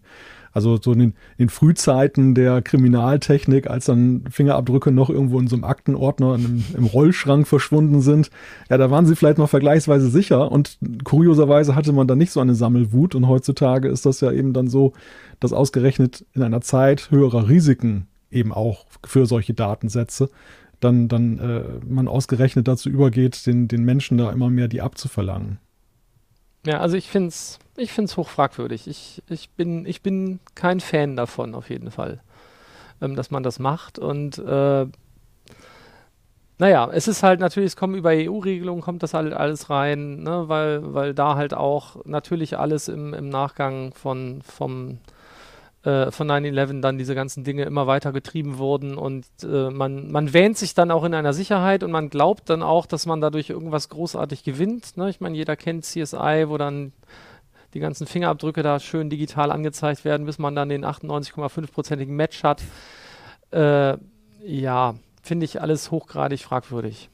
Also so in den, in den Frühzeiten der Kriminaltechnik, als dann Fingerabdrücke noch irgendwo in so einem Aktenordner im, im Rollschrank verschwunden sind, ja, da waren sie vielleicht noch vergleichsweise sicher und kurioserweise hatte man dann nicht so eine Sammelwut und heutzutage ist das ja eben dann so, dass ausgerechnet in einer Zeit höherer Risiken eben auch für solche Datensätze dann, dann äh, man ausgerechnet dazu übergeht, den, den Menschen da immer mehr die abzuverlangen. Ja, also ich finde es ich find's hoch fragwürdig. Ich, ich, bin, ich bin kein Fan davon, auf jeden Fall, ähm, dass man das macht. Und äh, naja, es ist halt natürlich, es kommen über E U-Regelungen, kommt das halt alles rein, ne, weil, weil da halt auch natürlich alles im, im Nachgang von, vom äh, von neun elf dann diese ganzen Dinge immer weiter getrieben wurden und äh, man, man wähnt sich dann auch in einer Sicherheit und man glaubt dann auch, dass man dadurch irgendwas großartig gewinnt. Ne? Ich meine, jeder kennt C S I, wo dann die ganzen Fingerabdrücke da schön digital angezeigt werden, bis man dann den achtundneunzig Komma fünf-prozentigen Match hat. Äh, ja, finde ich alles hochgradig fragwürdig.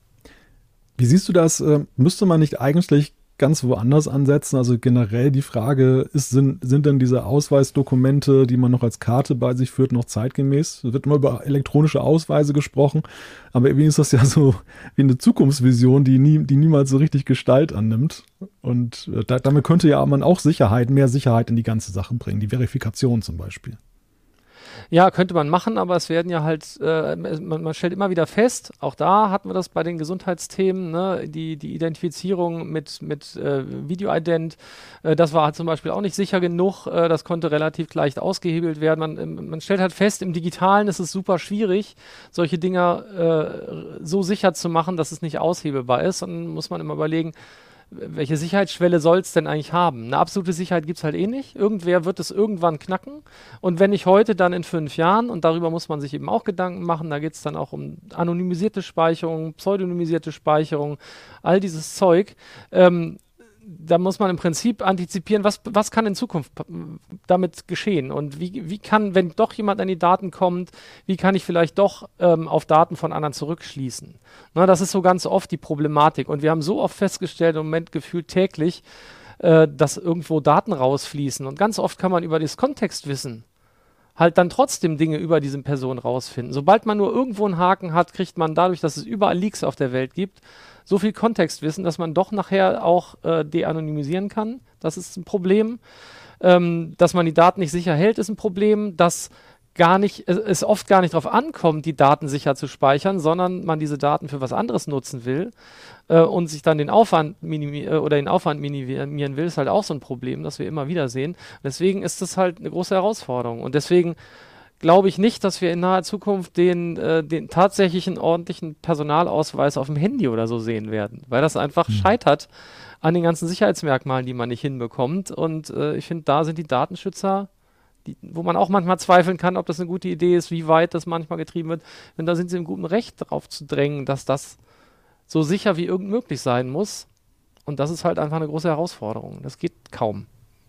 Wie siehst du das? Äh, müsste man nicht eigentlich ganz woanders ansetzen? Also generell die Frage ist, sind, sind denn diese Ausweisdokumente, die man noch als Karte bei sich führt, noch zeitgemäß? Es wird immer über elektronische Ausweise gesprochen, aber irgendwie ist das ja so wie eine Zukunftsvision, die, nie, die niemals so richtig Gestalt annimmt. Und äh, da, damit könnte ja man auch Sicherheit, mehr Sicherheit in die ganze Sache bringen, die Verifikation zum Beispiel. Ja, könnte man machen, aber es werden ja halt, äh, man, man stellt immer wieder fest, auch da hatten wir das bei den Gesundheitsthemen, ne, die, die Identifizierung mit, mit äh, Videoident, äh, das war halt zum Beispiel auch nicht sicher genug, äh, das konnte relativ leicht ausgehebelt werden. Man, man stellt halt fest, im Digitalen ist es super schwierig, solche Dinger äh, so sicher zu machen, dass es nicht aushebelbar ist, und dann muss man immer überlegen, welche Sicherheitsschwelle soll es denn eigentlich haben? Eine absolute Sicherheit gibt es halt eh nicht. Irgendwer wird es irgendwann knacken. Und wenn nicht heute, dann in fünf Jahren. Und darüber muss man sich eben auch Gedanken machen. Da geht es dann auch um anonymisierte Speicherung, pseudonymisierte Speicherung, all dieses Zeug. Ähm, da muss man im Prinzip antizipieren, was, was kann in Zukunft damit geschehen und wie, wie kann, wenn doch jemand an die Daten kommt, wie kann ich vielleicht doch ähm, auf Daten von anderen zurückschließen. Na, das ist so ganz oft die Problematik und wir haben so oft festgestellt, im Moment gefühlt täglich, äh, dass irgendwo Daten rausfließen und ganz oft kann man über das Kontextwissen halt dann trotzdem Dinge über diese Person rausfinden. Sobald man nur irgendwo einen Haken hat, kriegt man dadurch, dass es überall Leaks auf der Welt gibt, so viel Kontextwissen, dass man doch nachher auch äh, de-anonymisieren kann. Das ist ein Problem. Ähm, dass man die Daten nicht sicher hält, ist ein Problem. Dass gar nicht, es, es oft gar nicht darauf ankommt, die Daten sicher zu speichern, sondern man diese Daten für was anderes nutzen will äh, und sich dann den Aufwand minimi- äh, oder den Aufwand minimieren will, ist halt auch so ein Problem, das wir immer wieder sehen. Deswegen ist das halt eine große Herausforderung. Und deswegen glaube ich nicht, dass wir in naher Zukunft den, äh, den tatsächlichen ordentlichen Personalausweis auf dem Handy oder so sehen werden, weil das einfach mhm. scheitert an den ganzen Sicherheitsmerkmalen, die man nicht hinbekommt. Und äh, ich finde, da sind die Datenschützer, die, wo man auch manchmal zweifeln kann, ob das eine gute Idee ist, wie weit das manchmal getrieben wird. Und da sind sie im guten Recht darauf zu drängen, dass das so sicher wie irgend möglich sein muss. Und das ist halt einfach eine große Herausforderung. Das geht kaum.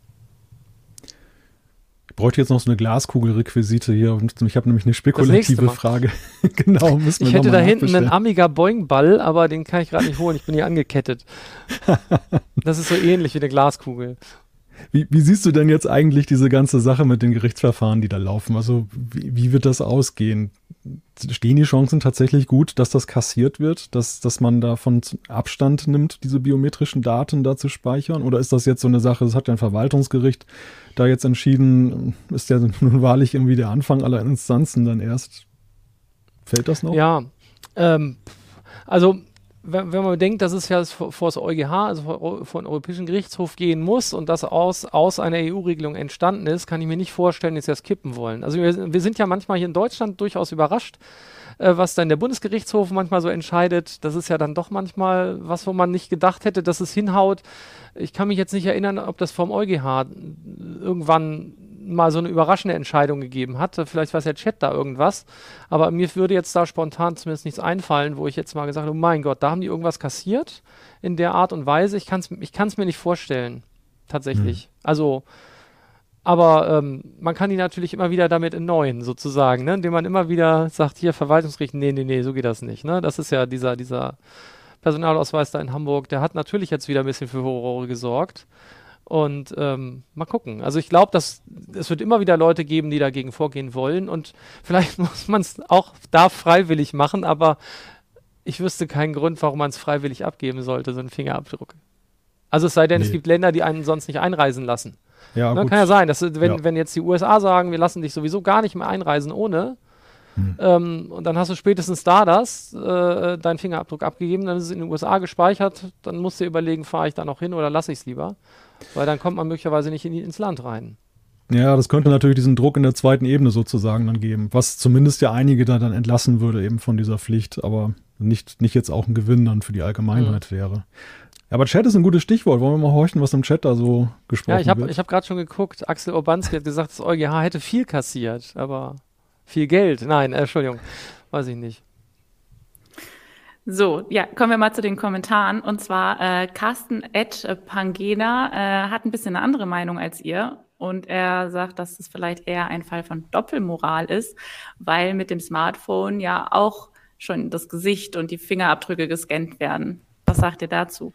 Ich bräuchte jetzt noch so eine Glaskugelrequisite hier. Ich habe nämlich eine spekulative Frage. Genau, müssen wir Ich hätte da hinten einen Amiga Boing-Ball, aber den kann ich gerade nicht holen. Ich bin hier angekettet. Das ist so ähnlich wie eine Glaskugel. Wie, wie siehst du denn jetzt eigentlich diese ganze Sache mit den Gerichtsverfahren, die da laufen? Also wie, wie wird das ausgehen? Stehen die Chancen tatsächlich gut, dass das kassiert wird, dass, dass man davon Abstand nimmt, diese biometrischen Daten da zu speichern? Oder ist das jetzt so eine Sache, das hat ja ein Verwaltungsgericht da jetzt entschieden, ist ja nun wahrlich irgendwie der Anfang aller Instanzen dann erst? Fällt das noch? Ja, ähm, also wenn, wenn man bedenkt, dass es ja vor, vor das EuGH, also vor, vor den Europäischen Gerichtshof gehen muss und das aus, aus einer E U-Regelung entstanden ist, kann ich mir nicht vorstellen, dass sie das kippen wollen. Also wir, wir sind ja manchmal hier in Deutschland durchaus überrascht, äh, was dann der Bundesgerichtshof manchmal so entscheidet. Das ist ja dann doch manchmal was, wo man nicht gedacht hätte, dass es hinhaut. Ich kann mich jetzt nicht erinnern, ob das vom EuGH irgendwann mal so eine überraschende Entscheidung gegeben hat. Vielleicht weiß der Chat da irgendwas. Aber mir würde jetzt da spontan zumindest nichts einfallen, wo ich jetzt mal gesagt habe, oh mein Gott, da haben die irgendwas kassiert in der Art und Weise. Ich kann es ich kann's mir nicht vorstellen, tatsächlich. Hm. Also, aber ähm, man kann die natürlich immer wieder damit erneuern, sozusagen, ne? Indem man immer wieder sagt, hier Verwaltungsgericht, nee, nee, nee, so geht das nicht. Ne? Das ist ja dieser, dieser Personalausweis da in Hamburg, der hat natürlich jetzt wieder ein bisschen für Furore gesorgt. Und ähm, mal gucken. Also ich glaube, dass es wird immer wieder Leute geben, die dagegen vorgehen wollen und vielleicht muss man es auch da freiwillig machen, aber ich wüsste keinen Grund, warum man es freiwillig abgeben sollte, so einen Fingerabdruck. Also es sei denn, nee. Es gibt Länder, die einen sonst nicht einreisen lassen. Ja, Dann gut. kann ja sein, dass wenn, ja. wenn jetzt die U S A sagen, wir lassen dich sowieso gar nicht mehr einreisen ohne, hm. ähm, und dann hast du spätestens da das, äh, deinen Fingerabdruck abgegeben, dann ist es in den U S A gespeichert, dann musst du dir überlegen, fahre ich da noch hin oder lasse ich es lieber? Weil dann kommt man möglicherweise nicht in die, ins Land rein. Ja, das könnte natürlich diesen Druck in der zweiten Ebene sozusagen dann geben, was zumindest ja einige da dann entlassen würde eben von dieser Pflicht, aber nicht, nicht jetzt auch ein Gewinn dann für die Allgemeinheit mhm. wäre. Aber Chat ist ein gutes Stichwort. Wollen wir mal horchen, was im Chat da so gesprochen ja, ich hab, wird? Ich habe gerade schon geguckt, Axel Urbanski hat gesagt, das EuGH hätte viel kassiert, aber viel Geld. Nein, äh, Entschuldigung, weiß ich nicht. So, ja, kommen wir mal zu den Kommentaren. Und zwar äh, Carsten Ed Pangena äh, hat ein bisschen eine andere Meinung als ihr. Und er sagt, dass es vielleicht eher ein Fall von Doppelmoral ist, weil mit dem Smartphone ja auch schon das Gesicht und die Fingerabdrücke gescannt werden. Was sagt ihr dazu?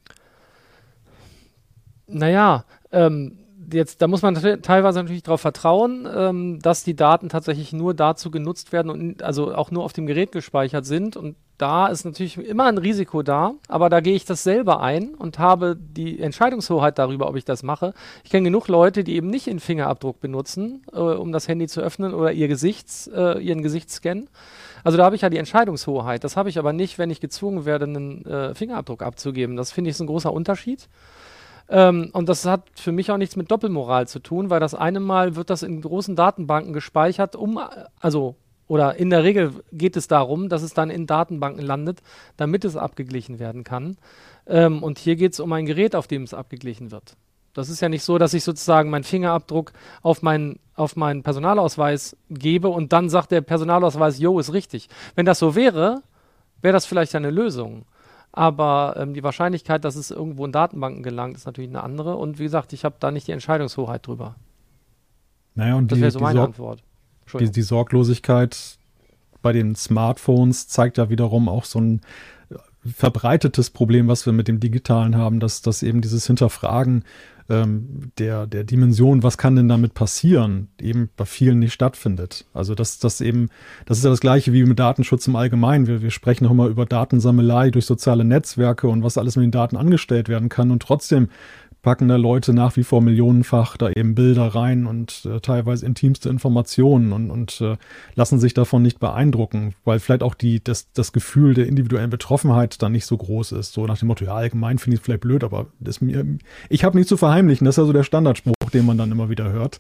Naja, ähm, jetzt, da muss man teilweise natürlich darauf vertrauen, ähm, dass die Daten tatsächlich nur dazu genutzt werden und also auch nur auf dem Gerät gespeichert sind. Und da ist natürlich immer ein Risiko da, aber da gehe ich das selber ein und habe die Entscheidungshoheit darüber, ob ich das mache. Ich kenne genug Leute, die eben nicht den Fingerabdruck benutzen, äh, um das Handy zu öffnen oder ihr Gesichts, äh, ihren Gesichtsscan. Also da habe ich ja die Entscheidungshoheit. Das habe ich aber nicht, wenn ich gezwungen werde, einen äh, Fingerabdruck abzugeben. Das finde ich ist ein großer Unterschied. Ähm, und das hat für mich auch nichts mit Doppelmoral zu tun, weil das eine Mal wird das in großen Datenbanken gespeichert, um, also, oder in der Regel geht es darum, dass es dann in Datenbanken landet, damit es abgeglichen werden kann. Ähm, und hier geht es um ein Gerät, auf dem es abgeglichen wird. Das ist ja nicht so, dass ich sozusagen meinen Fingerabdruck auf meinen, auf meinen Personalausweis gebe und dann sagt der Personalausweis, jo, ist richtig. Wenn das so wäre, wäre das vielleicht eine Lösung. Aber ähm, die Wahrscheinlichkeit, dass es irgendwo in Datenbanken gelangt, ist natürlich eine andere. Und wie gesagt, ich habe da nicht die Entscheidungshoheit drüber. Naja, und das wäre so meine Sorg- Antwort. Die, die Sorglosigkeit bei den Smartphones zeigt ja wiederum auch so ein verbreitetes Problem, was wir mit dem Digitalen haben, dass, dass eben dieses Hinterfragen ähm, der, der Dimension, was kann denn damit passieren, eben bei vielen nicht stattfindet. Also das, das eben, das ist ja das Gleiche wie mit Datenschutz im Allgemeinen. Wir, wir sprechen auch immer über Datensammelei durch soziale Netzwerke und was alles mit den Daten angestellt werden kann und trotzdem packen da Leute nach wie vor millionenfach da eben Bilder rein und äh, teilweise intimste Informationen und, und äh, lassen sich davon nicht beeindrucken, weil vielleicht auch die, das, das Gefühl der individuellen Betroffenheit dann nicht so groß ist. So nach dem Motto, ja, allgemein finde ich es vielleicht blöd, aber das mir, ich habe nichts zu verheimlichen. Das ist ja so der Standardspruch, den man dann immer wieder hört.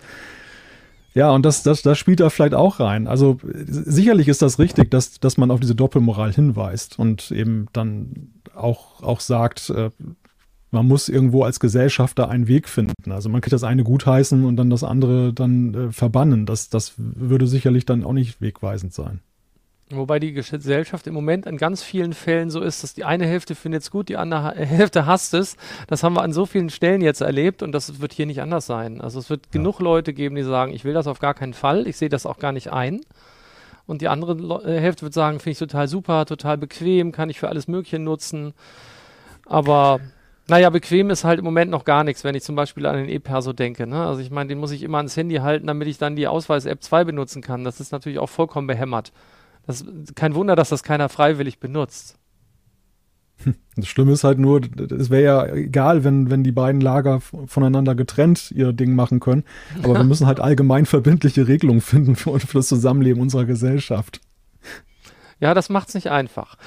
Ja, und das, das, das spielt da vielleicht auch rein. Also sicherlich ist das richtig, dass, dass man auf diese Doppelmoral hinweist und eben dann auch, auch sagt, äh, man muss irgendwo als Gesellschafter einen Weg finden. Also man kann das eine gutheißen und dann das andere dann äh, verbannen. Das, das würde sicherlich dann auch nicht wegweisend sein. Wobei die Gesellschaft im Moment in ganz vielen Fällen so ist, dass die eine Hälfte findet es gut, die andere Hälfte hasst es. Das haben wir an so vielen Stellen jetzt erlebt und das wird hier nicht anders sein. Also es wird ja. genug Leute geben, die sagen, ich will das auf gar keinen Fall, ich sehe das auch gar nicht ein. Und die andere Le- Hälfte wird sagen, finde ich total super, total bequem, kann ich für alles Mögliche nutzen. Aber naja, bequem ist halt im Moment noch gar nichts, wenn ich zum Beispiel an den E-Perso denke. Ne? Also ich meine, den muss ich immer ans Handy halten, damit ich dann die Ausweis-App zwei benutzen kann. Das ist natürlich auch vollkommen behämmert. Das ist kein Wunder, dass das keiner freiwillig benutzt. Das Schlimme ist halt nur, es wäre ja egal, wenn, wenn die beiden Lager voneinander getrennt ihr Ding machen können. Aber wir müssen halt allgemein verbindliche Regelungen finden für, für das Zusammenleben unserer Gesellschaft. Ja, das macht's nicht einfach.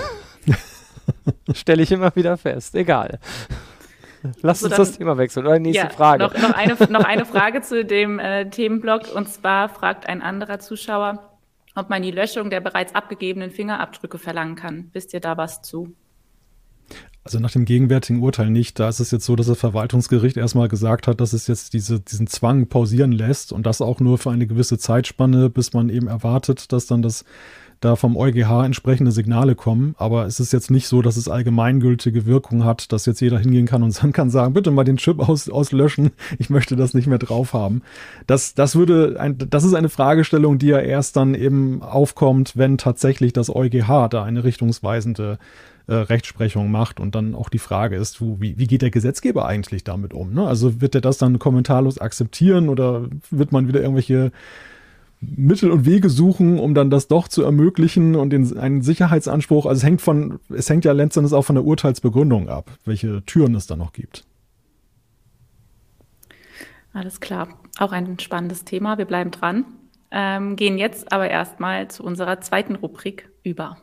Stelle ich immer wieder fest. Egal. Lass so, uns dann, das Thema wechseln. Oder nächste ja, Frage. Noch, noch, eine, noch eine Frage zu dem äh, Themenblock. Und zwar fragt ein anderer Zuschauer, ob man die Löschung der bereits abgegebenen Fingerabdrücke verlangen kann. Wisst ihr da was zu? Also nach dem gegenwärtigen Urteil nicht. Da ist es jetzt so, dass das Verwaltungsgericht erstmal gesagt hat, dass es jetzt diese, diesen Zwang pausieren lässt und das auch nur für eine gewisse Zeitspanne, bis man eben erwartet, dass dann das da vom EuGH entsprechende Signale kommen. Aber es ist jetzt nicht so, dass es allgemeingültige Wirkung hat, dass jetzt jeder hingehen kann und dann kann sagen, bitte mal den Chip aus, auslöschen, ich möchte das nicht mehr drauf haben. Das, das würde, ein, das ist eine Fragestellung, die ja erst dann eben aufkommt, wenn tatsächlich das EuGH da eine richtungsweisende äh, Rechtsprechung macht und dann auch die Frage ist, wo, wie, wie geht der Gesetzgeber eigentlich damit um? Ne? Also wird er das dann kommentarlos akzeptieren oder wird man wieder irgendwelche Mittel und Wege suchen, um dann das doch zu ermöglichen und den, einen Sicherheitsanspruch, also es hängt von, es hängt ja letztendlich auch von der Urteilsbegründung ab, welche Türen es da noch gibt. Alles klar, auch ein spannendes Thema, wir bleiben dran, ähm, gehen jetzt aber erstmal zu unserer zweiten Rubrik über.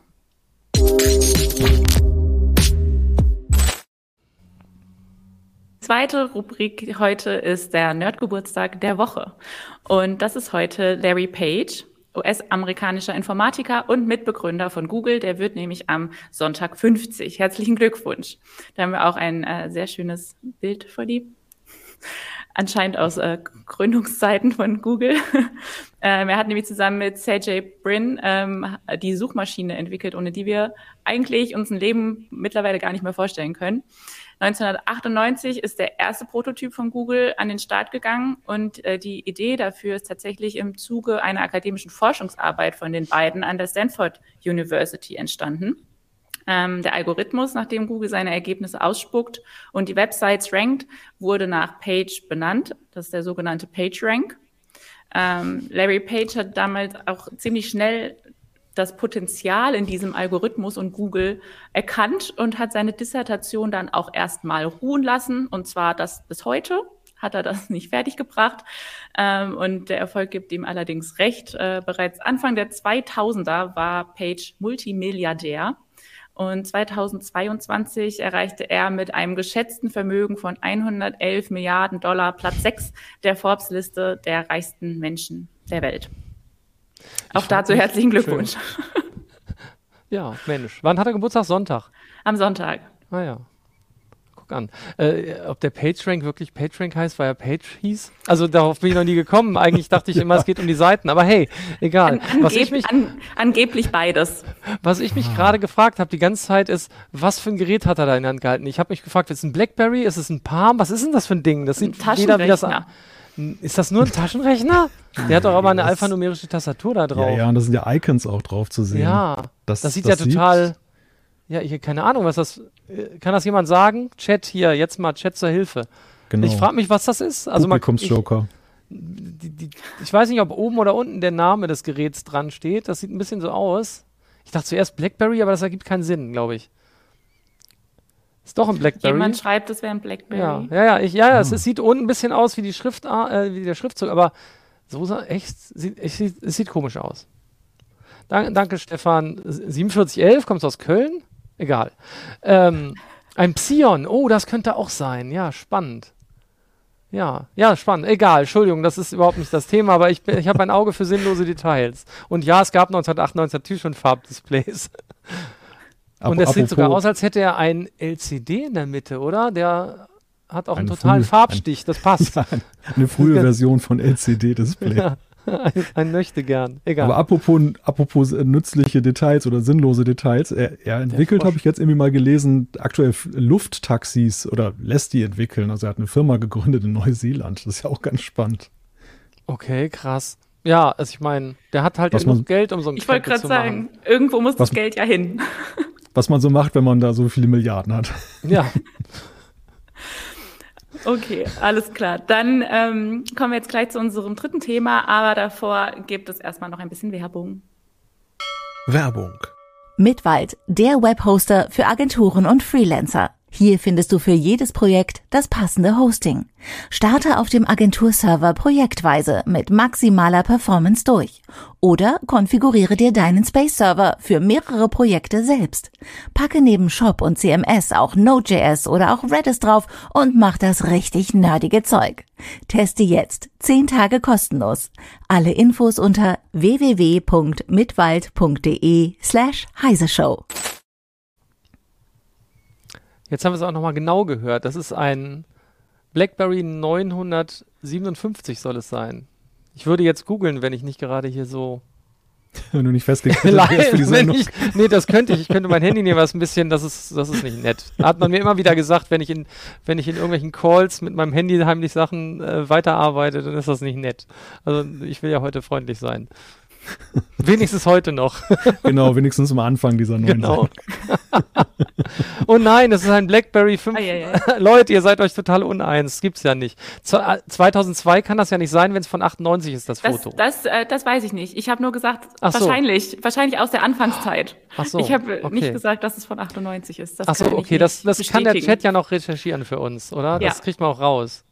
Zweite Rubrik heute ist der Nerdgeburtstag der Woche. Und das ist heute Larry Page, U S-amerikanischer Informatiker und Mitbegründer von Google. Der wird nämlich am Sonntag fünfzig. Herzlichen Glückwunsch. Da haben wir auch ein äh, sehr schönes Bild vor die. Anscheinend aus äh, Gründungszeiten von Google. ähm, er hat nämlich zusammen mit Sergey Brin ähm, die Suchmaschine entwickelt, ohne die wir eigentlich uns ein Leben mittlerweile gar nicht mehr vorstellen können. neunzehnhundertachtundneunzig ist der erste Prototyp von Google an den Start gegangen und äh, die Idee dafür ist tatsächlich im Zuge einer akademischen Forschungsarbeit von den beiden an der Stanford University entstanden. Ähm, der Algorithmus, nach dem Google seine Ergebnisse ausspuckt und die Websites rankt, wurde nach Page benannt. Das ist der sogenannte PageRank. Ähm, Larry Page hat damals auch ziemlich schnell das Potenzial in diesem Algorithmus und Google erkannt und hat seine Dissertation dann auch erstmal ruhen lassen. Und zwar das bis heute hat er das nicht fertiggebracht. Ähm, und der Erfolg gibt ihm allerdings recht. Äh, bereits Anfang der zweitausender war Page Multimilliardär. Und zweitausendzweiundzwanzig erreichte er mit einem geschätzten Vermögen von hundertelf Milliarden Dollar Platz sechs der Forbes-Liste der reichsten Menschen der Welt. Ich Auch dazu herzlichen Glückwunsch. Schön. Ja, Mensch. Wann hat er Geburtstag? Sonntag? Am Sonntag. Ah ja. Guck an. Äh, ob der PageRank wirklich PageRank heißt, weil er Page hieß? Also darauf bin ich noch nie gekommen. Eigentlich dachte ich immer, es geht um die Seiten. Aber hey, egal. An, angeb was ich mich, an, angeblich beides. Was ich mich gerade gefragt habe die ganze Zeit ist, was für ein Gerät hat er da in der Hand gehalten? Ich habe mich gefragt, ist es ein BlackBerry? Ist es ein Palm? Was ist denn das für ein Ding? Das sieht jeder wie das an. Ist das nur ein Taschenrechner? Der hat doch aber eine alphanumerische Tastatur da drauf. Ja, ja, und da sind ja Icons auch drauf zu sehen. Ja, das, das sieht das ja total... Ja, ich habe keine Ahnung, was das... Kann das jemand sagen? Chat hier, jetzt mal Chat zur Hilfe. Genau. Ich frage mich, was das ist. Also Publikumsjoker. Die, die, ich weiß nicht, ob oben oder unten der Name des Geräts dran steht. Das sieht ein bisschen so aus. Ich dachte zuerst BlackBerry, aber das ergibt keinen Sinn, glaube ich. Ist doch ein BlackBerry. Jemand schreibt, es wäre ein BlackBerry. Ja, ja, ja, ich, ja, ja, es, es sieht unten ein bisschen aus wie die Schrift, äh, wie der Schriftzug, aber so echt, sieht, es, sieht, es sieht komisch aus. Dank, danke, Stefan. siebenundvierzig elf, kommst du aus Köln? Egal. Ähm, ein Psion, oh, das könnte auch sein. Ja, spannend. Ja, ja, spannend. Egal, Entschuldigung, das ist überhaupt nicht das Thema, aber ich, ich habe ein Auge für sinnlose Details. Und ja, es gab neunzehnhundertachtundneunzig natürlich schon Farbdisplays. Und es sieht sogar aus, als hätte er ein L C D in der Mitte, oder? Der hat auch einen totalen frühe, Farbstich, das passt. Ja, eine frühe Version von L C D-Display. Ja, ein, ein möchte gern, egal. Aber apropos, apropos nützliche Details oder sinnlose Details, er, er entwickelt, habe ich jetzt irgendwie mal gelesen, aktuell Lufttaxis oder lässt die entwickeln. Also er hat eine Firma gegründet in Neuseeland. Das ist ja auch ganz spannend. Okay, krass. Ja, also ich meine, der hat halt ja genug Geld, um so ein Ich wollte gerade sagen, irgendwo muss das Geld ja hin. Was man so macht, wenn man da so viele Milliarden hat. Ja. Okay, alles klar. Dann ähm, kommen wir jetzt gleich zu unserem dritten Thema, aber davor gibt es erstmal noch ein bisschen Werbung. Werbung. Mitwald, der Webhoster für Agenturen und Freelancer. Hier findest du für jedes Projekt das passende Hosting. Starte auf dem Agenturserver projektweise mit maximaler Performance durch. Oder konfiguriere dir deinen Space-Server für mehrere Projekte selbst. Packe neben Shop und C M S auch Node.js oder auch Redis drauf und mach das richtig nerdige Zeug. Teste jetzt zehn Tage kostenlos. Alle Infos unter w w w punkt mitwald punkt de slash heiseshow. Jetzt haben wir es auch nochmal genau gehört. Das ist ein BlackBerry neunhundertsiebenundfünfzig soll es sein. Ich würde jetzt googeln, wenn ich nicht gerade hier so... Wenn du nicht festgelegt wärst für die Sendung. Ich, nee, das könnte ich. Ich könnte mein Handy nehmen, was ein bisschen, das ist, das ist nicht nett. Hat man mir immer wieder gesagt, wenn ich in, wenn ich in irgendwelchen Calls mit meinem Handy heimlich Sachen äh, weiterarbeite, dann ist das nicht nett. Also ich will ja heute freundlich sein. Wenigstens heute noch. Genau, wenigstens am Anfang dieser neuen Genau. Oh nein, das ist ein BlackBerry fünf. Ah, ja, ja. Leute, ihr seid euch total uneins. Das gibt's ja nicht. zweitausendzwei kann das ja nicht sein, wenn es von achtundneunzig ist, das, das Foto. Das, äh, das weiß ich nicht. Ich habe nur gesagt, Ach wahrscheinlich, so. wahrscheinlich aus der Anfangszeit. Ach so, ich habe okay. nicht gesagt, dass es von achtundneunzig ist. Das Ach so, okay, das, das kann der Chat ja noch recherchieren für uns, oder? Ja. Das kriegt man auch raus.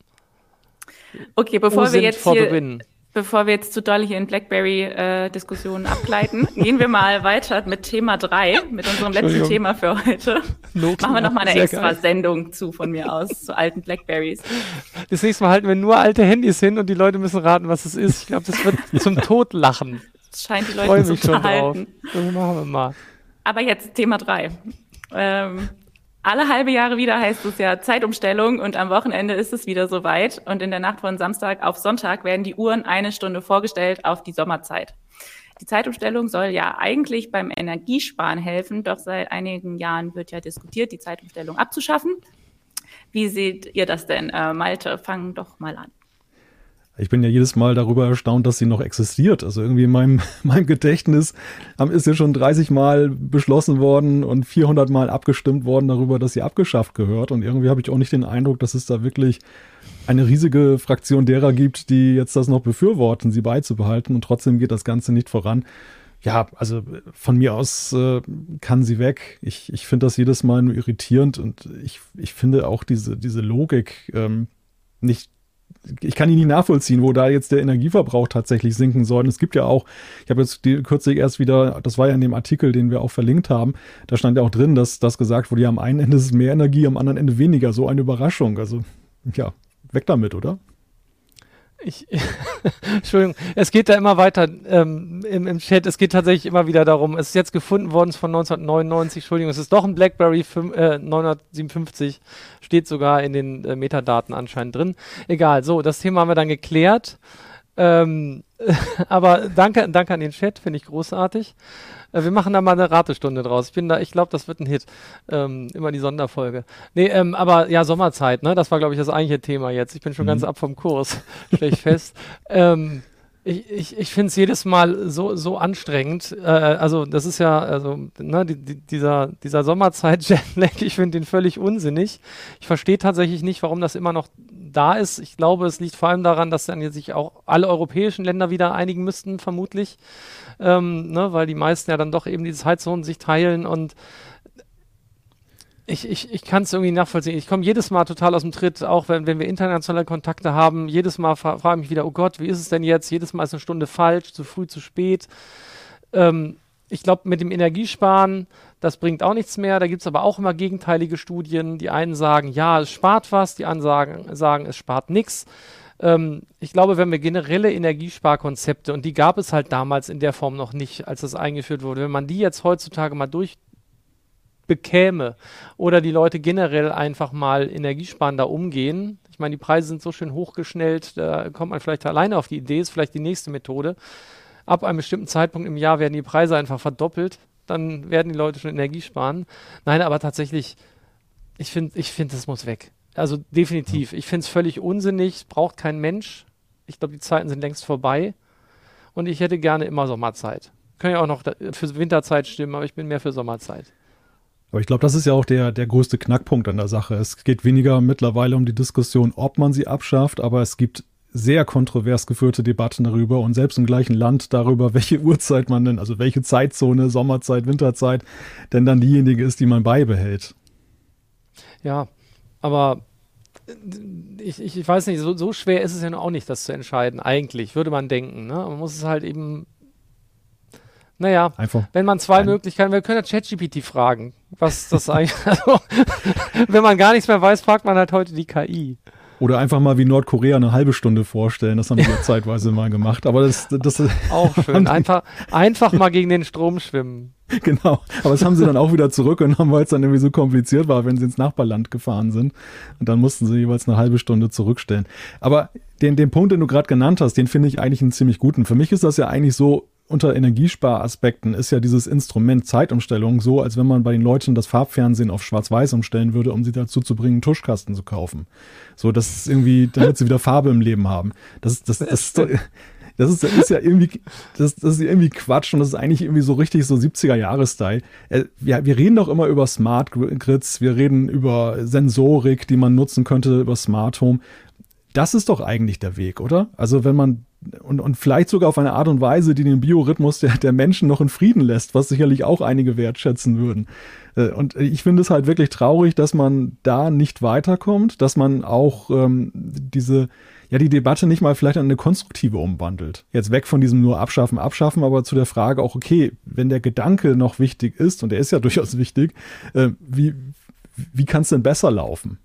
Okay, bevor wir jetzt hier... Bevor wir jetzt zu doll hier in BlackBerry-Diskussionen äh, abgleiten, gehen wir mal weiter mit Thema drei, mit unserem letzten Thema für heute. Nokia, machen wir noch mal eine extra Sendung zu von mir aus, zu alten BlackBerrys. Das nächste Mal halten wir nur alte Handys hin und die Leute müssen raten, was es ist. Ich glaube, das wird zum Totlachen. Das scheint die Leute zu unterhalten. Das machen wir mal. Aber jetzt Thema drei. Ähm, Alle halbe Jahre wieder heißt es ja Zeitumstellung und am Wochenende ist es wieder soweit. Und in der Nacht von Samstag auf Sonntag werden die Uhren eine Stunde vorgestellt auf die Sommerzeit. Die Zeitumstellung soll ja eigentlich beim Energiesparen helfen, doch seit einigen Jahren wird ja diskutiert, die Zeitumstellung abzuschaffen. Wie seht ihr das denn? Äh, Malte, fang doch mal an. Ich bin ja jedes Mal darüber erstaunt, dass sie noch existiert. Also irgendwie in meinem, meinem Gedächtnis ist ja schon dreißig Mal beschlossen worden und vierhundert Mal abgestimmt worden darüber, dass sie abgeschafft gehört. Und irgendwie habe ich auch nicht den Eindruck, dass es da wirklich eine riesige Fraktion derer gibt, die jetzt das noch befürworten, sie beizubehalten. Und trotzdem geht das Ganze nicht voran. Ja, also von mir aus äh, kann sie weg. Ich, ich finde das jedes Mal nur irritierend und ich, ich finde auch diese, diese Logik ähm, nicht. Ich kann ihn nicht nachvollziehen, wo da jetzt der Energieverbrauch tatsächlich sinken soll. Und es gibt ja auch, ich habe jetzt die, kürzlich erst wieder, das war ja in dem Artikel, den wir auch verlinkt haben, da stand ja auch drin, dass das gesagt wurde, ja, am einen Ende ist es mehr Energie, am anderen Ende weniger. So eine Überraschung. Also ja, weg damit, oder? Ich, Entschuldigung, es geht da immer weiter ähm, im, im Chat, es geht tatsächlich immer wieder darum, es ist jetzt gefunden worden, es ist von neunzehnhundertneunundneunzig, Entschuldigung, es ist doch ein BlackBerry fünf, äh, neunhundertsiebenundfünfzig, steht sogar in den äh, Metadaten anscheinend drin. Egal, so, das Thema haben wir dann geklärt. Ähm, aber danke, danke an den Chat, finde ich großartig. Äh, wir machen da mal eine Ratestunde draus. Ich bin da, ich glaube, das wird ein Hit. Ähm, immer die Sonderfolge. Nee, ähm, aber ja, Sommerzeit, ne? Das war, glaube ich, das eigentliche Thema jetzt. Ich bin schon mhm. ganz ab vom Kurs, stelle ich fest. ähm, Ich, ich, ich finde es jedes Mal so, so anstrengend. Äh, also das ist ja, also ne, die, die, dieser, dieser Sommerzeit-Jetlag, ich finde den völlig unsinnig. Ich verstehe tatsächlich nicht, warum das immer noch da ist. Ich glaube, es liegt vor allem daran, dass dann jetzt sich auch alle europäischen Länder wieder einigen müssten, vermutlich. Ähm, ne, weil die meisten ja dann doch eben diese Zeitzonen sich teilen und Ich, ich, ich kann es irgendwie nachvollziehen. Ich komme jedes Mal total aus dem Tritt, auch wenn, wenn wir internationale Kontakte haben. Jedes Mal fra- frage ich mich wieder, oh Gott, wie ist es denn jetzt? Jedes Mal ist eine Stunde falsch, zu früh, zu spät. Ähm, ich glaube, mit dem Energiesparen, das bringt auch nichts mehr. Da gibt es aber auch immer gegenteilige Studien. Die einen sagen, ja, es spart was. Die anderen sagen, sagen es spart nichts. Ähm, ich glaube, wenn wir generelle Energiesparkonzepte, und die gab es halt damals in der Form noch nicht, als das eingeführt wurde, wenn man die jetzt heutzutage mal durch bekäme oder die Leute generell einfach mal energiesparender umgehen. Ich meine, die Preise sind so schön hochgeschnellt, da kommt man vielleicht alleine auf die Idee, ist vielleicht die nächste Methode. Ab einem bestimmten Zeitpunkt im Jahr werden die Preise einfach verdoppelt, dann werden die Leute schon Energie sparen. Nein, aber tatsächlich, ich finde, ich finde, das muss weg. Also definitiv. Ich finde es völlig unsinnig, es braucht kein Mensch. Ich glaube, die Zeiten sind längst vorbei und ich hätte gerne immer Sommerzeit. Können ja auch noch für Winterzeit stimmen, aber ich bin mehr für Sommerzeit. Aber ich glaube, das ist ja auch der, der größte Knackpunkt an der Sache. Es geht weniger mittlerweile um die Diskussion, ob man sie abschafft, aber es gibt sehr kontrovers geführte Debatten darüber und selbst im gleichen Land darüber, welche Uhrzeit man denn, also welche Zeitzone, Sommerzeit, Winterzeit, denn dann diejenige ist, die man beibehält. Ja, aber ich, ich, ich weiß nicht, so, so schwer ist es ja auch nicht, das zu entscheiden, eigentlich, würde man denken. Ne? Man muss es halt eben Naja, Einfach wenn man zwei ein. Möglichkeiten, wir können ja ChatGPT fragen, was das eigentlich, also, wenn man gar nichts mehr weiß, fragt man halt heute die K I. Oder einfach mal wie Nordkorea eine halbe Stunde vorstellen, das haben wir ja zeitweise mal gemacht, aber das, das auch schön, einfach, einfach mal gegen den Strom schwimmen. Genau, aber das haben sie dann auch wieder zurückgenommen, weil es dann irgendwie so kompliziert war, wenn sie ins Nachbarland gefahren sind und dann mussten sie jeweils eine halbe Stunde zurückstellen. Aber den, den Punkt, den du gerade genannt hast, den finde ich eigentlich einen ziemlich guten. Für mich ist das ja eigentlich so, unter Energiesparaspekten ist ja dieses Instrument Zeitumstellung so, als wenn man bei den Leuten das Farbfernsehen auf Schwarz-Weiß umstellen würde, um sie dazu zu bringen, einen Tuschkasten zu kaufen. So, das ist irgendwie, damit sie wieder Farbe im Leben haben. Das, das, das, das ist doch, das ist, das ist ja irgendwie, das, das ist irgendwie Quatsch und das ist eigentlich irgendwie so richtig so siebziger-Jahre-Style. Äh, wir, wir reden doch immer über Smart Grids, wir reden über Sensorik, die man nutzen könnte, über Smart Home. Das ist doch eigentlich der Weg, oder? Also wenn man, und, und vielleicht sogar auf eine Art und Weise, die den Biorhythmus der, der Menschen noch in Frieden lässt, was sicherlich auch einige wertschätzen würden. Und ich finde es halt wirklich traurig, dass man da nicht weiterkommt, dass man auch ähm, diese, ja, die Debatte nicht mal vielleicht an eine konstruktive umwandelt. Jetzt weg von diesem nur abschaffen, abschaffen, aber zu der Frage auch, okay, wenn der Gedanke noch wichtig ist, und der ist ja durchaus wichtig, äh, wie, wie kann es denn besser laufen?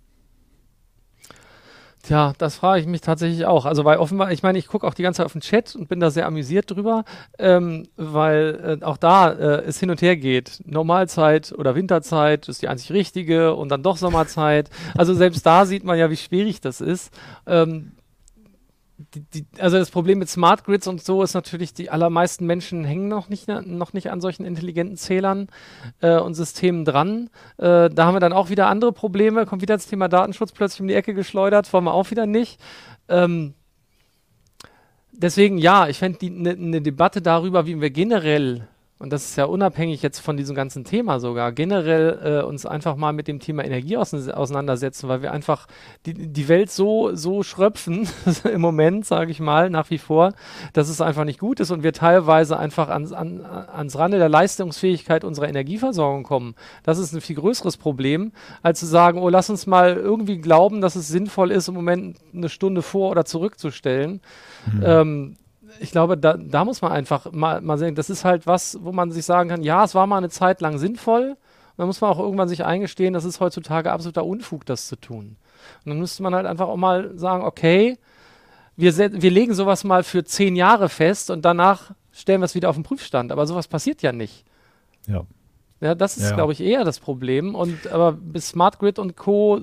Tja, das frage ich mich tatsächlich auch. Also weil offenbar, ich meine, ich gucke auch die ganze Zeit auf den Chat und bin da sehr amüsiert drüber, ähm, weil äh, auch da äh, es hin und her geht. Normalzeit oder Winterzeit ist die einzig richtige und dann doch Sommerzeit. Also selbst da sieht man ja, wie schwierig das ist. Ähm, Die, die, also das Problem mit Smart Grids und so ist natürlich, die allermeisten Menschen hängen noch nicht, noch nicht an solchen intelligenten Zählern äh, und Systemen dran. Äh, da haben wir dann auch wieder andere Probleme. Kommt wieder das Thema Datenschutz plötzlich um die Ecke geschleudert, wollen wir auch wieder nicht. Ähm, deswegen ja, ich fände eine ne Debatte darüber, wie wir generell, und das ist ja unabhängig jetzt von diesem ganzen Thema sogar, generell äh, uns einfach mal mit dem Thema Energie ause- auseinandersetzen, weil wir einfach die, die Welt so, so schröpfen im Moment, sage ich mal, nach wie vor, dass es einfach nicht gut ist und wir teilweise einfach ans, an, ans Rande der Leistungsfähigkeit unserer Energieversorgung kommen. Das ist ein viel größeres Problem, als zu sagen, oh, lass uns mal irgendwie glauben, dass es sinnvoll ist, im Moment eine Stunde vor- oder zurückzustellen. Mhm. Ähm, Ich glaube, da, da muss man einfach mal, mal sehen, das ist halt was, wo man sich sagen kann, ja, es war mal eine Zeit lang sinnvoll. Und dann muss man auch irgendwann sich eingestehen, das ist heutzutage absoluter Unfug, das zu tun. Und dann müsste man halt einfach auch mal sagen, okay, wir, wir legen sowas mal für zehn Jahre fest und danach stellen wir es wieder auf den Prüfstand. Aber sowas passiert ja nicht. Ja. Ja, das ist, ja. glaube ich, eher das Problem. Und aber bis Smart Grid und Co.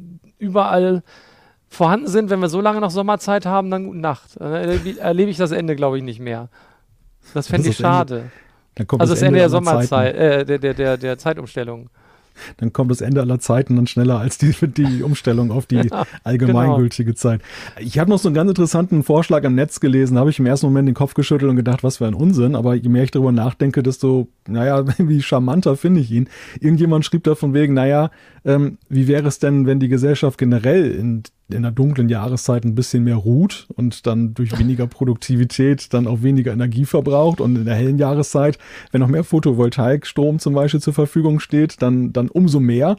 überall vorhanden sind, wenn wir so lange noch Sommerzeit haben, dann gute Nacht. Dann erlebe, erlebe ich das Ende, glaube ich, nicht mehr. Das fände ich schade. Dann kommt also das das Ende, Ende der aller Sommerzeit, äh, der, der, der, der Zeitumstellung. Dann kommt das Ende aller Zeiten dann schneller als die, die Umstellung auf die ja, allgemeingültige genau. Zeit. Ich habe noch so einen ganz interessanten Vorschlag am Netz gelesen, da habe ich im ersten Moment den Kopf geschüttelt und gedacht, was für ein Unsinn, aber je mehr ich darüber nachdenke, desto, naja, wie charmanter finde ich ihn. Irgendjemand schrieb da von wegen, naja, ähm, wie wäre es denn, wenn die Gesellschaft generell in, in der dunklen Jahreszeit ein bisschen mehr ruht und dann durch weniger Produktivität dann auch weniger Energie verbraucht und in der hellen Jahreszeit, wenn noch mehr Photovoltaikstrom zum Beispiel zur Verfügung steht, dann, dann umso mehr.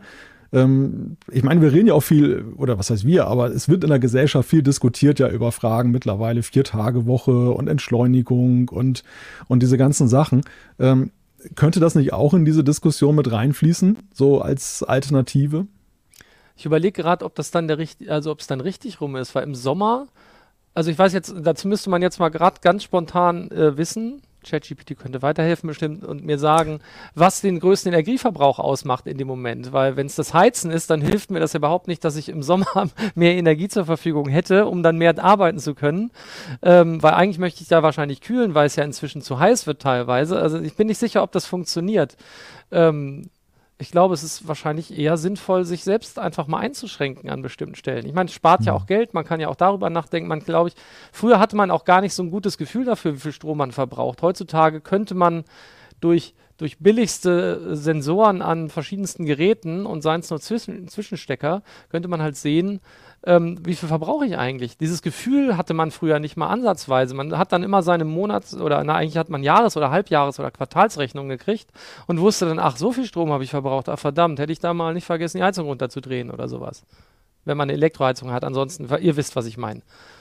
Ähm, ich meine, wir reden ja auch viel, oder was heißt wir, aber es wird in der Gesellschaft viel diskutiert ja über Fragen mittlerweile Vier-Tage-Woche und Entschleunigung und, und diese ganzen Sachen. Ähm, könnte das nicht auch in diese Diskussion mit reinfließen, so als Alternative? Ich überlege gerade, ob das dann der richtig, also ob es dann richtig rum ist, weil im Sommer, also ich weiß jetzt, dazu müsste man jetzt mal gerade ganz spontan äh, wissen, ChatGPT könnte weiterhelfen bestimmt und mir sagen, was den größten Energieverbrauch ausmacht in dem Moment, weil wenn es das Heizen ist, dann hilft mir das überhaupt nicht, dass ich im Sommer mehr Energie zur Verfügung hätte, um dann mehr arbeiten zu können, ähm, weil eigentlich möchte ich da wahrscheinlich kühlen, weil es ja inzwischen zu heiß wird teilweise, also ich bin nicht sicher, ob das funktioniert. Ähm, Ich glaube, es ist wahrscheinlich eher sinnvoll, sich selbst einfach mal einzuschränken an bestimmten Stellen. Ich meine, es spart ja auch Geld, man kann ja auch darüber nachdenken. Man, glaube ich, früher hatte man auch gar nicht so ein gutes Gefühl dafür, wie viel Strom man verbraucht. Heutzutage könnte man durch, durch billigste Sensoren an verschiedensten Geräten und seien es nur Zwischen, Zwischenstecker, könnte man halt sehen, ähm, wie viel verbrauche ich eigentlich. Dieses Gefühl hatte man früher nicht mal ansatzweise. Man hat dann immer seine Monats- oder na, eigentlich hat man Jahres- oder Halbjahres- oder Quartalsrechnungen gekriegt und wusste dann, ach, so viel Strom habe ich verbraucht, ach verdammt, hätte ich da mal nicht vergessen, die Heizung runterzudrehen oder sowas. Wenn man eine Elektroheizung hat, ansonsten, ihr wisst, was ich meine.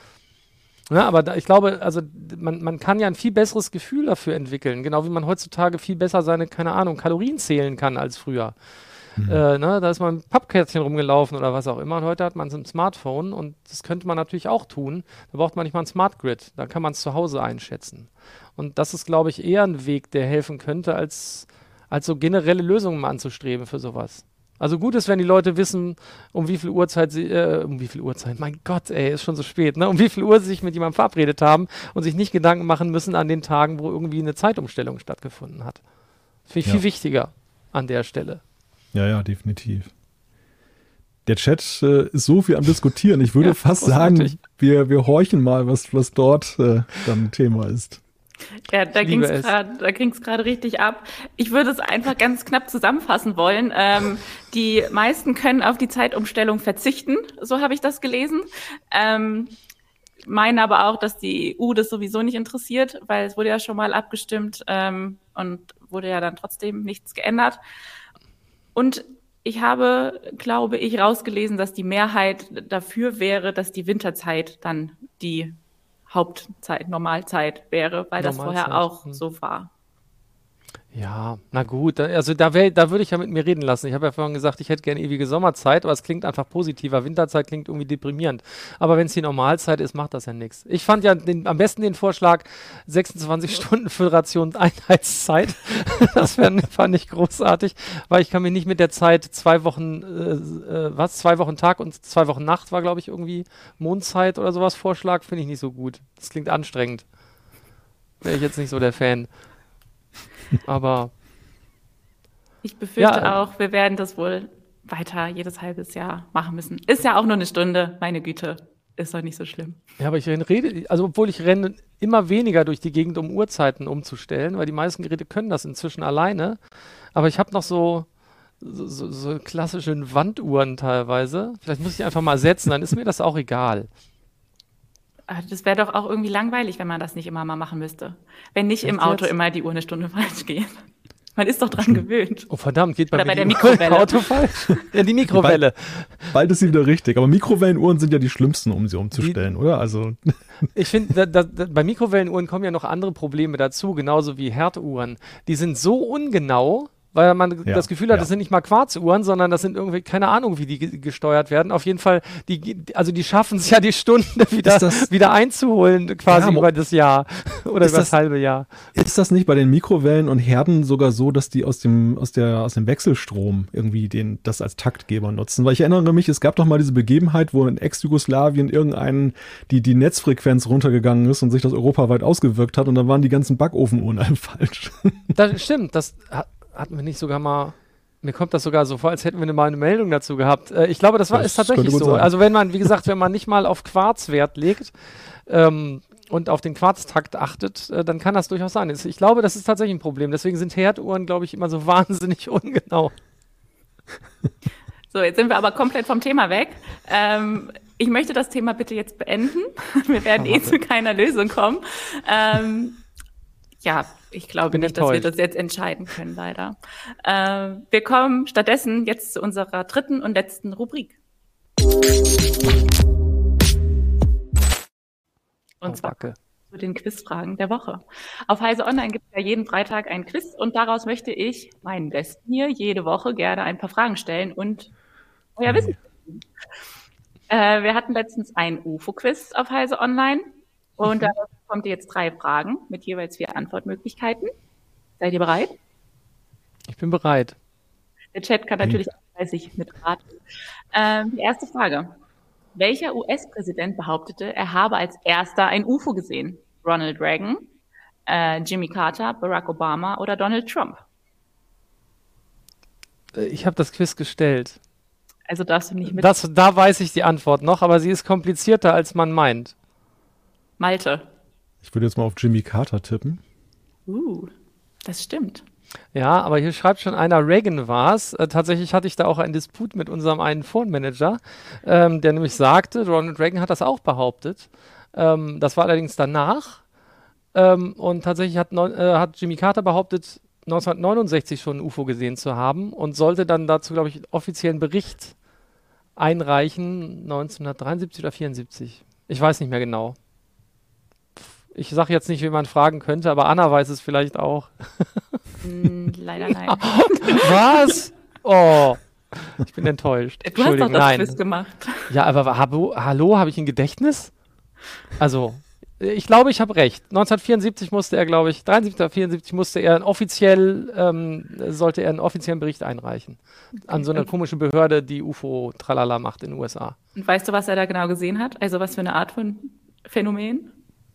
Ja, aber da, ich glaube, also man, man kann ja ein viel besseres Gefühl dafür entwickeln, genau wie man heutzutage viel besser seine, keine Ahnung, Kalorien zählen kann als früher. Mhm. Äh, ne, da ist man mit Pappkärtchen rumgelaufen oder was auch immer und heute hat man es im Smartphone und das könnte man natürlich auch tun. Da braucht man nicht mal ein Smart Grid, da kann man es zu Hause einschätzen. Und das ist, glaube ich, eher ein Weg, der helfen könnte, als, als so generelle Lösungen mal anzustreben für sowas. Also gut ist, wenn die Leute wissen, um wie viel Uhrzeit sie, äh, um wie viel Uhrzeit, mein Gott, ey, ist schon so spät, ne? Um wie viel Uhr sie sich mit jemandem verabredet haben und sich nicht Gedanken machen müssen an den Tagen, wo irgendwie eine Zeitumstellung stattgefunden hat. Finde ich ja. viel wichtiger an der Stelle. Ja, ja, definitiv. Der Chat äh, ist so viel am Diskutieren. Ich würde Ja, fast großartig. sagen, wir, wir horchen mal, was, was dort äh, dann Thema ist. Ja, da Ich ging liebe es es. gerade, da ging's gerade richtig ab. Ich würde es einfach ganz knapp zusammenfassen wollen. Ähm, die meisten können auf die Zeitumstellung verzichten, so habe ich das gelesen. Ähm, meinen aber auch, dass die E U das sowieso nicht interessiert, weil es wurde ja schon mal abgestimmt ähm, und wurde ja dann trotzdem nichts geändert. Und ich habe, glaube ich, rausgelesen, dass die Mehrheit dafür wäre, dass die Winterzeit dann die Hauptzeit, Normalzeit wäre, weil das Normalzeit, vorher auch hm. so war. Ja, na gut, da- also da, wär, da würde ich ja mit mir reden lassen. Ich habe ja vorhin gesagt, ich hätte gerne ewige Sommerzeit, aber es klingt einfach positiver. Winterzeit klingt irgendwie deprimierend. Aber wenn es die Normalzeit ist, macht das ja nichts. Ich fand ja den, am besten den Vorschlag sechsundzwanzig Stunden Föderation Einheitszeit. Das wär, fand ich großartig, weil ich kann mir nicht mit der Zeit zwei Wochen, äh, äh, was, zwei Wochen Tag und zwei Wochen Nacht war, glaube ich, irgendwie Mondzeit oder sowas Vorschlag, finde ich nicht so gut. Das klingt anstrengend. Wäre ich jetzt nicht so der Fan. Aber Ich befürchte Ja, auch, wir werden das wohl weiter jedes halbes Jahr machen müssen. Ist ja auch nur eine Stunde, meine Güte. Ist doch nicht so schlimm. Ja, aber ich rede, also obwohl ich renne immer weniger durch die Gegend, um Uhrzeiten umzustellen, weil die meisten Geräte können das inzwischen alleine. Aber ich habe noch so, so, so, so klassische Wanduhren teilweise. Vielleicht muss ich einfach mal setzen, dann ist mir das auch egal. Aber das wäre doch auch irgendwie langweilig, wenn man das nicht immer mal machen müsste. Wenn nicht im Echt Auto jetzt? immer die Uhr eine Stunde falsch geht. Man ist doch dran gewöhnt. Oh verdammt, geht bei Oder mir bei der die Mikrowelle. Auto falsch? Ja, die Mikrowelle. Bald ist sie wieder richtig. Aber Mikrowellenuhren sind ja die schlimmsten, um sie umzustellen, oder? Also Ich finde, da, da, bei Mikrowellenuhren kommen ja noch andere Probleme dazu, genauso wie Herduhren. Die sind so ungenau, weil man Ja, das Gefühl hat, ja. das sind nicht mal Quarzuhren, sondern das sind irgendwie, keine Ahnung, wie die ge- gesteuert werden. Auf jeden Fall, die, also die schaffen es ja, die Stunde wieder, Ist das- wieder einzuholen, quasi Ja, mo- über das Jahr oder Ist über das, das- halbe Jahr. ist das nicht bei den Mikrowellen und Herden sogar so, dass die aus dem, aus der, aus dem Wechselstrom irgendwie den, das als Taktgeber nutzen? Weil ich erinnere mich, es gab doch mal diese Begebenheit, wo in Ex-Jugoslawien irgendein, die, die Netzfrequenz runtergegangen ist und sich das europaweit ausgewirkt hat und dann waren die ganzen Backofenuhren alle falsch. Das stimmt, das hat, hatten wir nicht sogar mal. Mir kommt das sogar so vor, als hätten wir mal eine Meldung dazu gehabt. Äh, ich glaube, das war Das ist tatsächlich könnte gut so. sein. Also wenn man, wie gesagt, wenn man nicht mal auf Quarz Wert legt ähm, und auf den Quarztakt achtet, äh, dann kann das durchaus sein. Ich glaube, das ist tatsächlich ein Problem. Deswegen sind Herduhren, glaube ich, immer so wahnsinnig ungenau. So, jetzt sind wir aber komplett vom Thema weg. Ähm, ich möchte das Thema bitte jetzt beenden. Wir werden eh zu keiner Lösung kommen. Ähm, ja, ich glaube Bin nicht, dass wir enttäuscht. das jetzt entscheiden können, leider. Ähm, wir kommen stattdessen jetzt zu unserer dritten und letzten Rubrik. Und Oh, zwar Backe. zu den Quizfragen der Woche. Auf Heise Online gibt es ja jeden Freitag ein Quiz und daraus möchte ich meinen Besten hier jede Woche gerne ein paar Fragen stellen und euer Wissen. Äh, wir hatten letztens ein U F O-Quiz auf Heise Online und da bekommt ihr jetzt drei Fragen mit jeweils vier Antwortmöglichkeiten. Seid ihr bereit? Ich bin bereit. Der Chat kann natürlich auch fleißig mitraten. Ähm, die erste Frage. Welcher U S-Präsident behauptete, er habe als erster ein U F O gesehen? Ronald Reagan, äh, Jimmy Carter, Barack Obama oder Donald Trump? Äh, Ich habe das Quiz gestellt. Also darfst du nicht mit Das, da weiß ich die Antwort noch, aber sie ist komplizierter, als man meint. Malte. Ich würde jetzt mal auf Jimmy Carter tippen. Uh, das stimmt. Ja, aber hier schreibt schon einer, Reagan war es. Äh, tatsächlich hatte ich da auch einen Disput mit unserem einen Phone-Manager, ähm, der nämlich sagte, Ronald Reagan hat das auch behauptet. Ähm, das war allerdings danach. Ähm, und tatsächlich hat, neun- äh, hat Jimmy Carter behauptet, neunzehnhundertneunundsechzig schon ein U F O gesehen zu haben und sollte dann dazu, glaube ich, einen offiziellen Bericht einreichen, neunzehnhundertdreiundsiebzig oder vierundsiebzig. Ich weiß nicht mehr genau. Ich sage jetzt nicht, wie man fragen könnte, aber Anna weiß es vielleicht auch. Hm, leider nein. Was? Oh, ich bin enttäuscht. Du hast doch Entschuldigung, das nein. Quiz gemacht. Ja, aber hallo, hallo habe ich ein Gedächtnis? Also, ich glaube, ich habe recht. neunzehnhundertvierundsiebzig musste er, glaube ich, dreiundsiebzig oder vierundsiebzig musste er ein offiziell, ähm, sollte er einen offiziellen Bericht einreichen. An so eine komische Behörde, die U F O-Tralala macht in den U S A. Und weißt du, was er da genau gesehen hat? Also was für eine Art von Phänomen?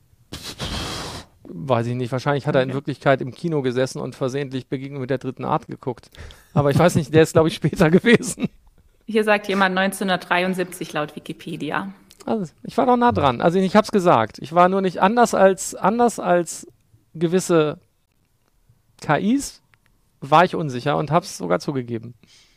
Weiß ich nicht. Wahrscheinlich hat er in Okay. Wirklichkeit im Kino gesessen und versehentlich Begegnung mit der dritten Art geguckt. Aber ich weiß nicht, der ist, glaube ich, später gewesen. Hier sagt jemand neunzehnhundertdreiundsiebzig laut Wikipedia. Also, ich war doch nah dran. Also ich habe es gesagt. Ich war nur nicht anders als anders als gewisse K Is, war ich unsicher und habe es sogar zugegeben.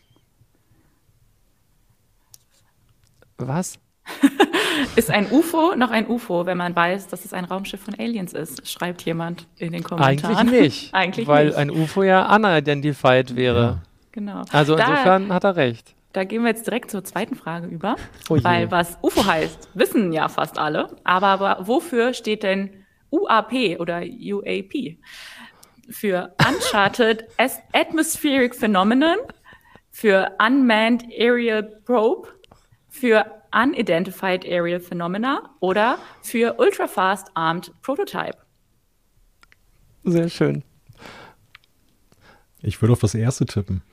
Was? Ist ein U F O noch ein U F O, wenn man weiß, dass es ein Raumschiff von Aliens ist? Schreibt jemand in den Kommentaren. Eigentlich nicht. Eigentlich weil nicht. ein U F O ja unidentified wäre. Ja. Genau. Also Da- insofern hat er recht. Da gehen wir jetzt direkt zur zweiten Frage über. Oh je. Weil was U F O heißt, wissen ja fast alle. Aber, aber wofür steht denn U A P oder U A P? Für Uncharted As- Atmospheric Phenomenon, für Unmanned Aerial Probe, für Unidentified Aerial Phenomena oder für Ultra-Fast Armed Prototype. Sehr schön. Ich würde auf das erste tippen.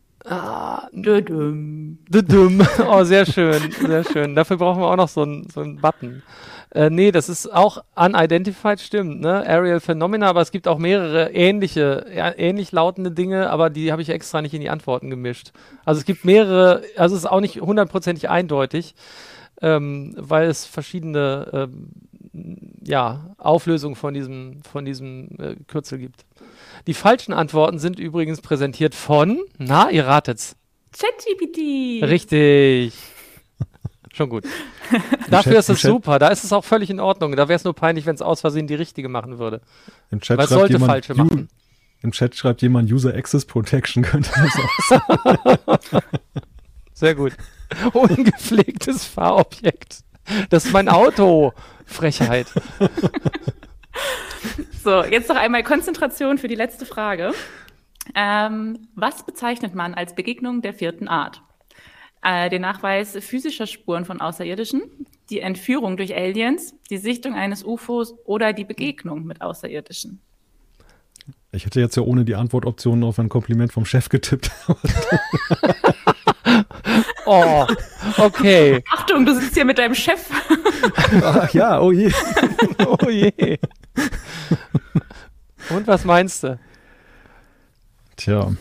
Dödüm. Dumm. Oh, sehr schön, sehr schön. Dafür brauchen wir auch noch so einen so einen Button. Äh, nee, das ist auch unidentified, stimmt, ne? Aerial Phenomena, aber es gibt auch mehrere ähnliche, ja, ähnlich lautende Dinge, aber die habe ich extra nicht in die Antworten gemischt. Also es gibt mehrere, also es ist auch nicht hundertprozentig eindeutig, ähm, weil es verschiedene ähm, ja, Auflösungen von diesem, von diesem äh, Kürzel gibt. Die falschen Antworten sind übrigens präsentiert von, na, ihr ratet's. ChatGPT. Richtig. Schon gut. Dafür Chat- ist es im Chat- super. Da ist es auch völlig in Ordnung. Da wäre es nur peinlich, wenn es aus Versehen die richtige machen würde. Im Chat Weil es schreibt sollte jemand, falsche "You-" machen. Im Chat schreibt jemand User Access Protection könnte das auch sein. Sehr gut. Ungepflegtes Fahrobjekt. Das ist mein Auto. Frechheit. So, jetzt noch einmal Konzentration für die letzte Frage. Ähm, was bezeichnet man als Begegnung der vierten Art? Äh, den Nachweis physischer Spuren von Außerirdischen, die Entführung durch Aliens, die Sichtung eines U F Os oder die Begegnung mit Außerirdischen? Ich hätte jetzt ja ohne die Antwortoptionen auf ein Kompliment vom Chef getippt. Oh, okay. Achtung, du sitzt hier mit deinem Chef. Ach ja, oh je. Oh je. Und was meinst du? Tja,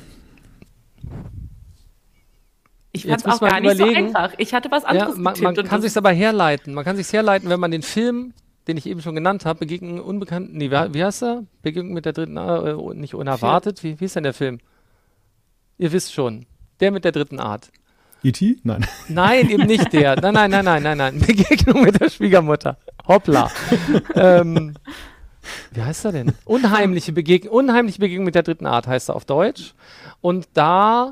Ich Jetzt fand's muss auch man gar nicht überlegen. so einfach. Ich hatte was Ja, anderes man, getippt. man und kann das- sich aber herleiten. Man kann sich herleiten, wenn man den Film, den ich eben schon genannt habe, Begegnung unbekannt. Nee, wie, wie heißt er? Begegnung mit der dritten Art, äh, nicht unerwartet. Wie, wie ist denn der Film? Ihr wisst schon. Der mit der dritten Art. E T? Nein. Nein, eben nicht der. Nein, nein, nein, nein, nein, nein. Begegnung mit der Schwiegermutter. Hoppla. ähm, wie heißt er denn? Unheimliche Begegnung, unheimliche Begegnung mit der dritten Art heißt er auf Deutsch. Und da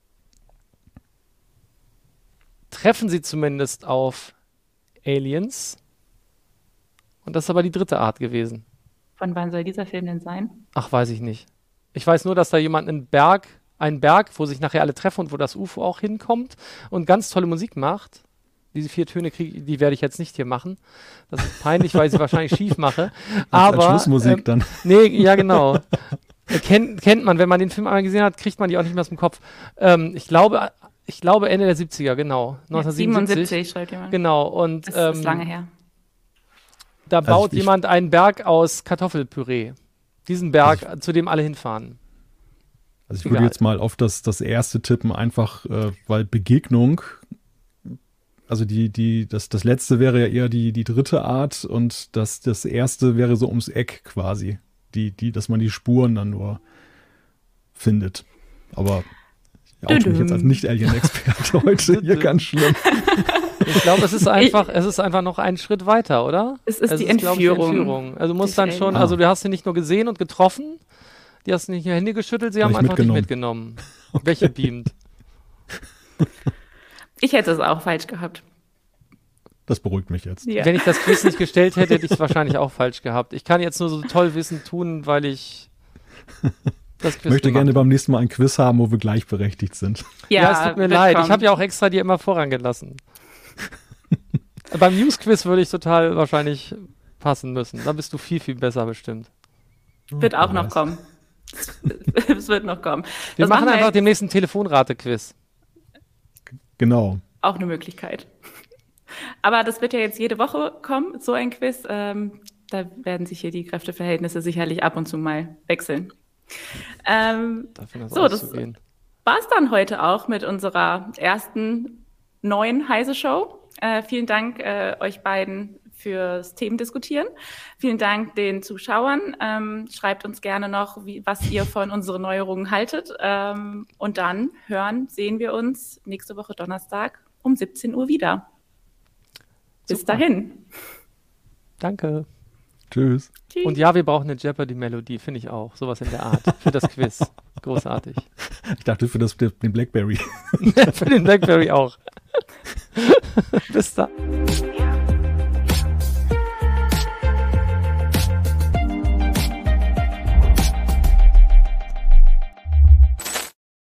treffen sie zumindest auf Aliens. Und das ist aber die dritte Art gewesen. Von wann soll dieser Film denn sein? Ach, weiß ich nicht. Ich weiß nur, dass da jemand einen Berg, einen Berg, wo sich nachher alle treffen und wo das U F O auch hinkommt und ganz tolle Musik macht. Diese vier Töne kriege, die werde ich jetzt nicht hier machen. Das ist peinlich, weil ich sie wahrscheinlich schief mache. Aber Als Schlussmusik ähm, dann. Nee, ja genau. Äh, kennt, kennt man, wenn man den Film einmal gesehen hat, kriegt man die auch nicht mehr aus dem Kopf. Ähm, ich glaube, ich glaube Ende der siebziger, genau. neunzehnhundertsiebenundsiebzig. siebenundsiebzig schreibt jemand. Genau. Und Das ähm, ist lange her. da Also baut ich- jemand einen Berg aus Kartoffelpüree. Diesen Berg, zu dem alle hinfahren. Also ich Egal. würde jetzt mal auf das, das erste tippen, einfach äh, weil Begegnung, also die, die, das, das letzte wäre ja eher die, die dritte Art und das, das erste wäre so ums Eck quasi. Die, die, dass man die Spuren dann nur findet. Aber ich oute mich jetzt als Nicht-Alien-Experte heute hier ganz schlimm. Ich glaube, es ist einfach, es ist einfach noch einen Schritt weiter, oder? Es ist die glaub ich, Entführung. Entführung. Also du musst Durch dann schon, Aliens. also du hast sie nicht nur gesehen und getroffen, die hast nicht nur Hände geschüttelt, sie haben Gleich einfach dich mitgenommen. Weggebeamt. Ich hätte es auch falsch gehabt. Das beruhigt mich jetzt. Ja. Wenn ich das Quiz nicht gestellt hätte, hätte ich es wahrscheinlich auch falsch gehabt. Ich kann jetzt nur so toll Wissen tun, weil ich das Quiz Ich möchte gemacht gerne habe. beim nächsten Mal ein Quiz haben, wo wir gleichberechtigt sind. Ja, es tut mir wird leid. kommen. Ich habe ja auch extra dir immer vorangelassen. Beim News-Quiz würde ich total wahrscheinlich passen müssen. Da bist du viel, viel besser bestimmt. Wird auch Wer noch weiß. kommen. Es wird noch kommen. Wir Das machen wir einfach jetzt. demnächst ein Telefonrate-Quiz. Genau. Auch eine Möglichkeit. Aber das wird ja jetzt jede Woche kommen, so ein Quiz. Ähm, da werden sich hier die Kräfteverhältnisse sicherlich ab und zu mal wechseln. Ähm, Davon das So, das- auszugehen. war es dann heute auch mit unserer ersten neuen Heise-Show. Äh, vielen Dank äh, euch beiden fürs Themendiskutieren. Vielen Dank den Zuschauern. Ähm, schreibt uns gerne noch, wie, was ihr von unseren Neuerungen haltet. Ähm, und dann hören, sehen wir uns nächste Woche Donnerstag um siebzehn Uhr wieder. Bis Super. dahin. Danke. Tschüss. Tschüss. Und ja, wir brauchen eine Jeopardy-Melodie, finde ich auch. Sowas in der Art. Für das Quiz. Großartig. Ich dachte für das, den Blackberry. Für den Blackberry auch. Bis dann.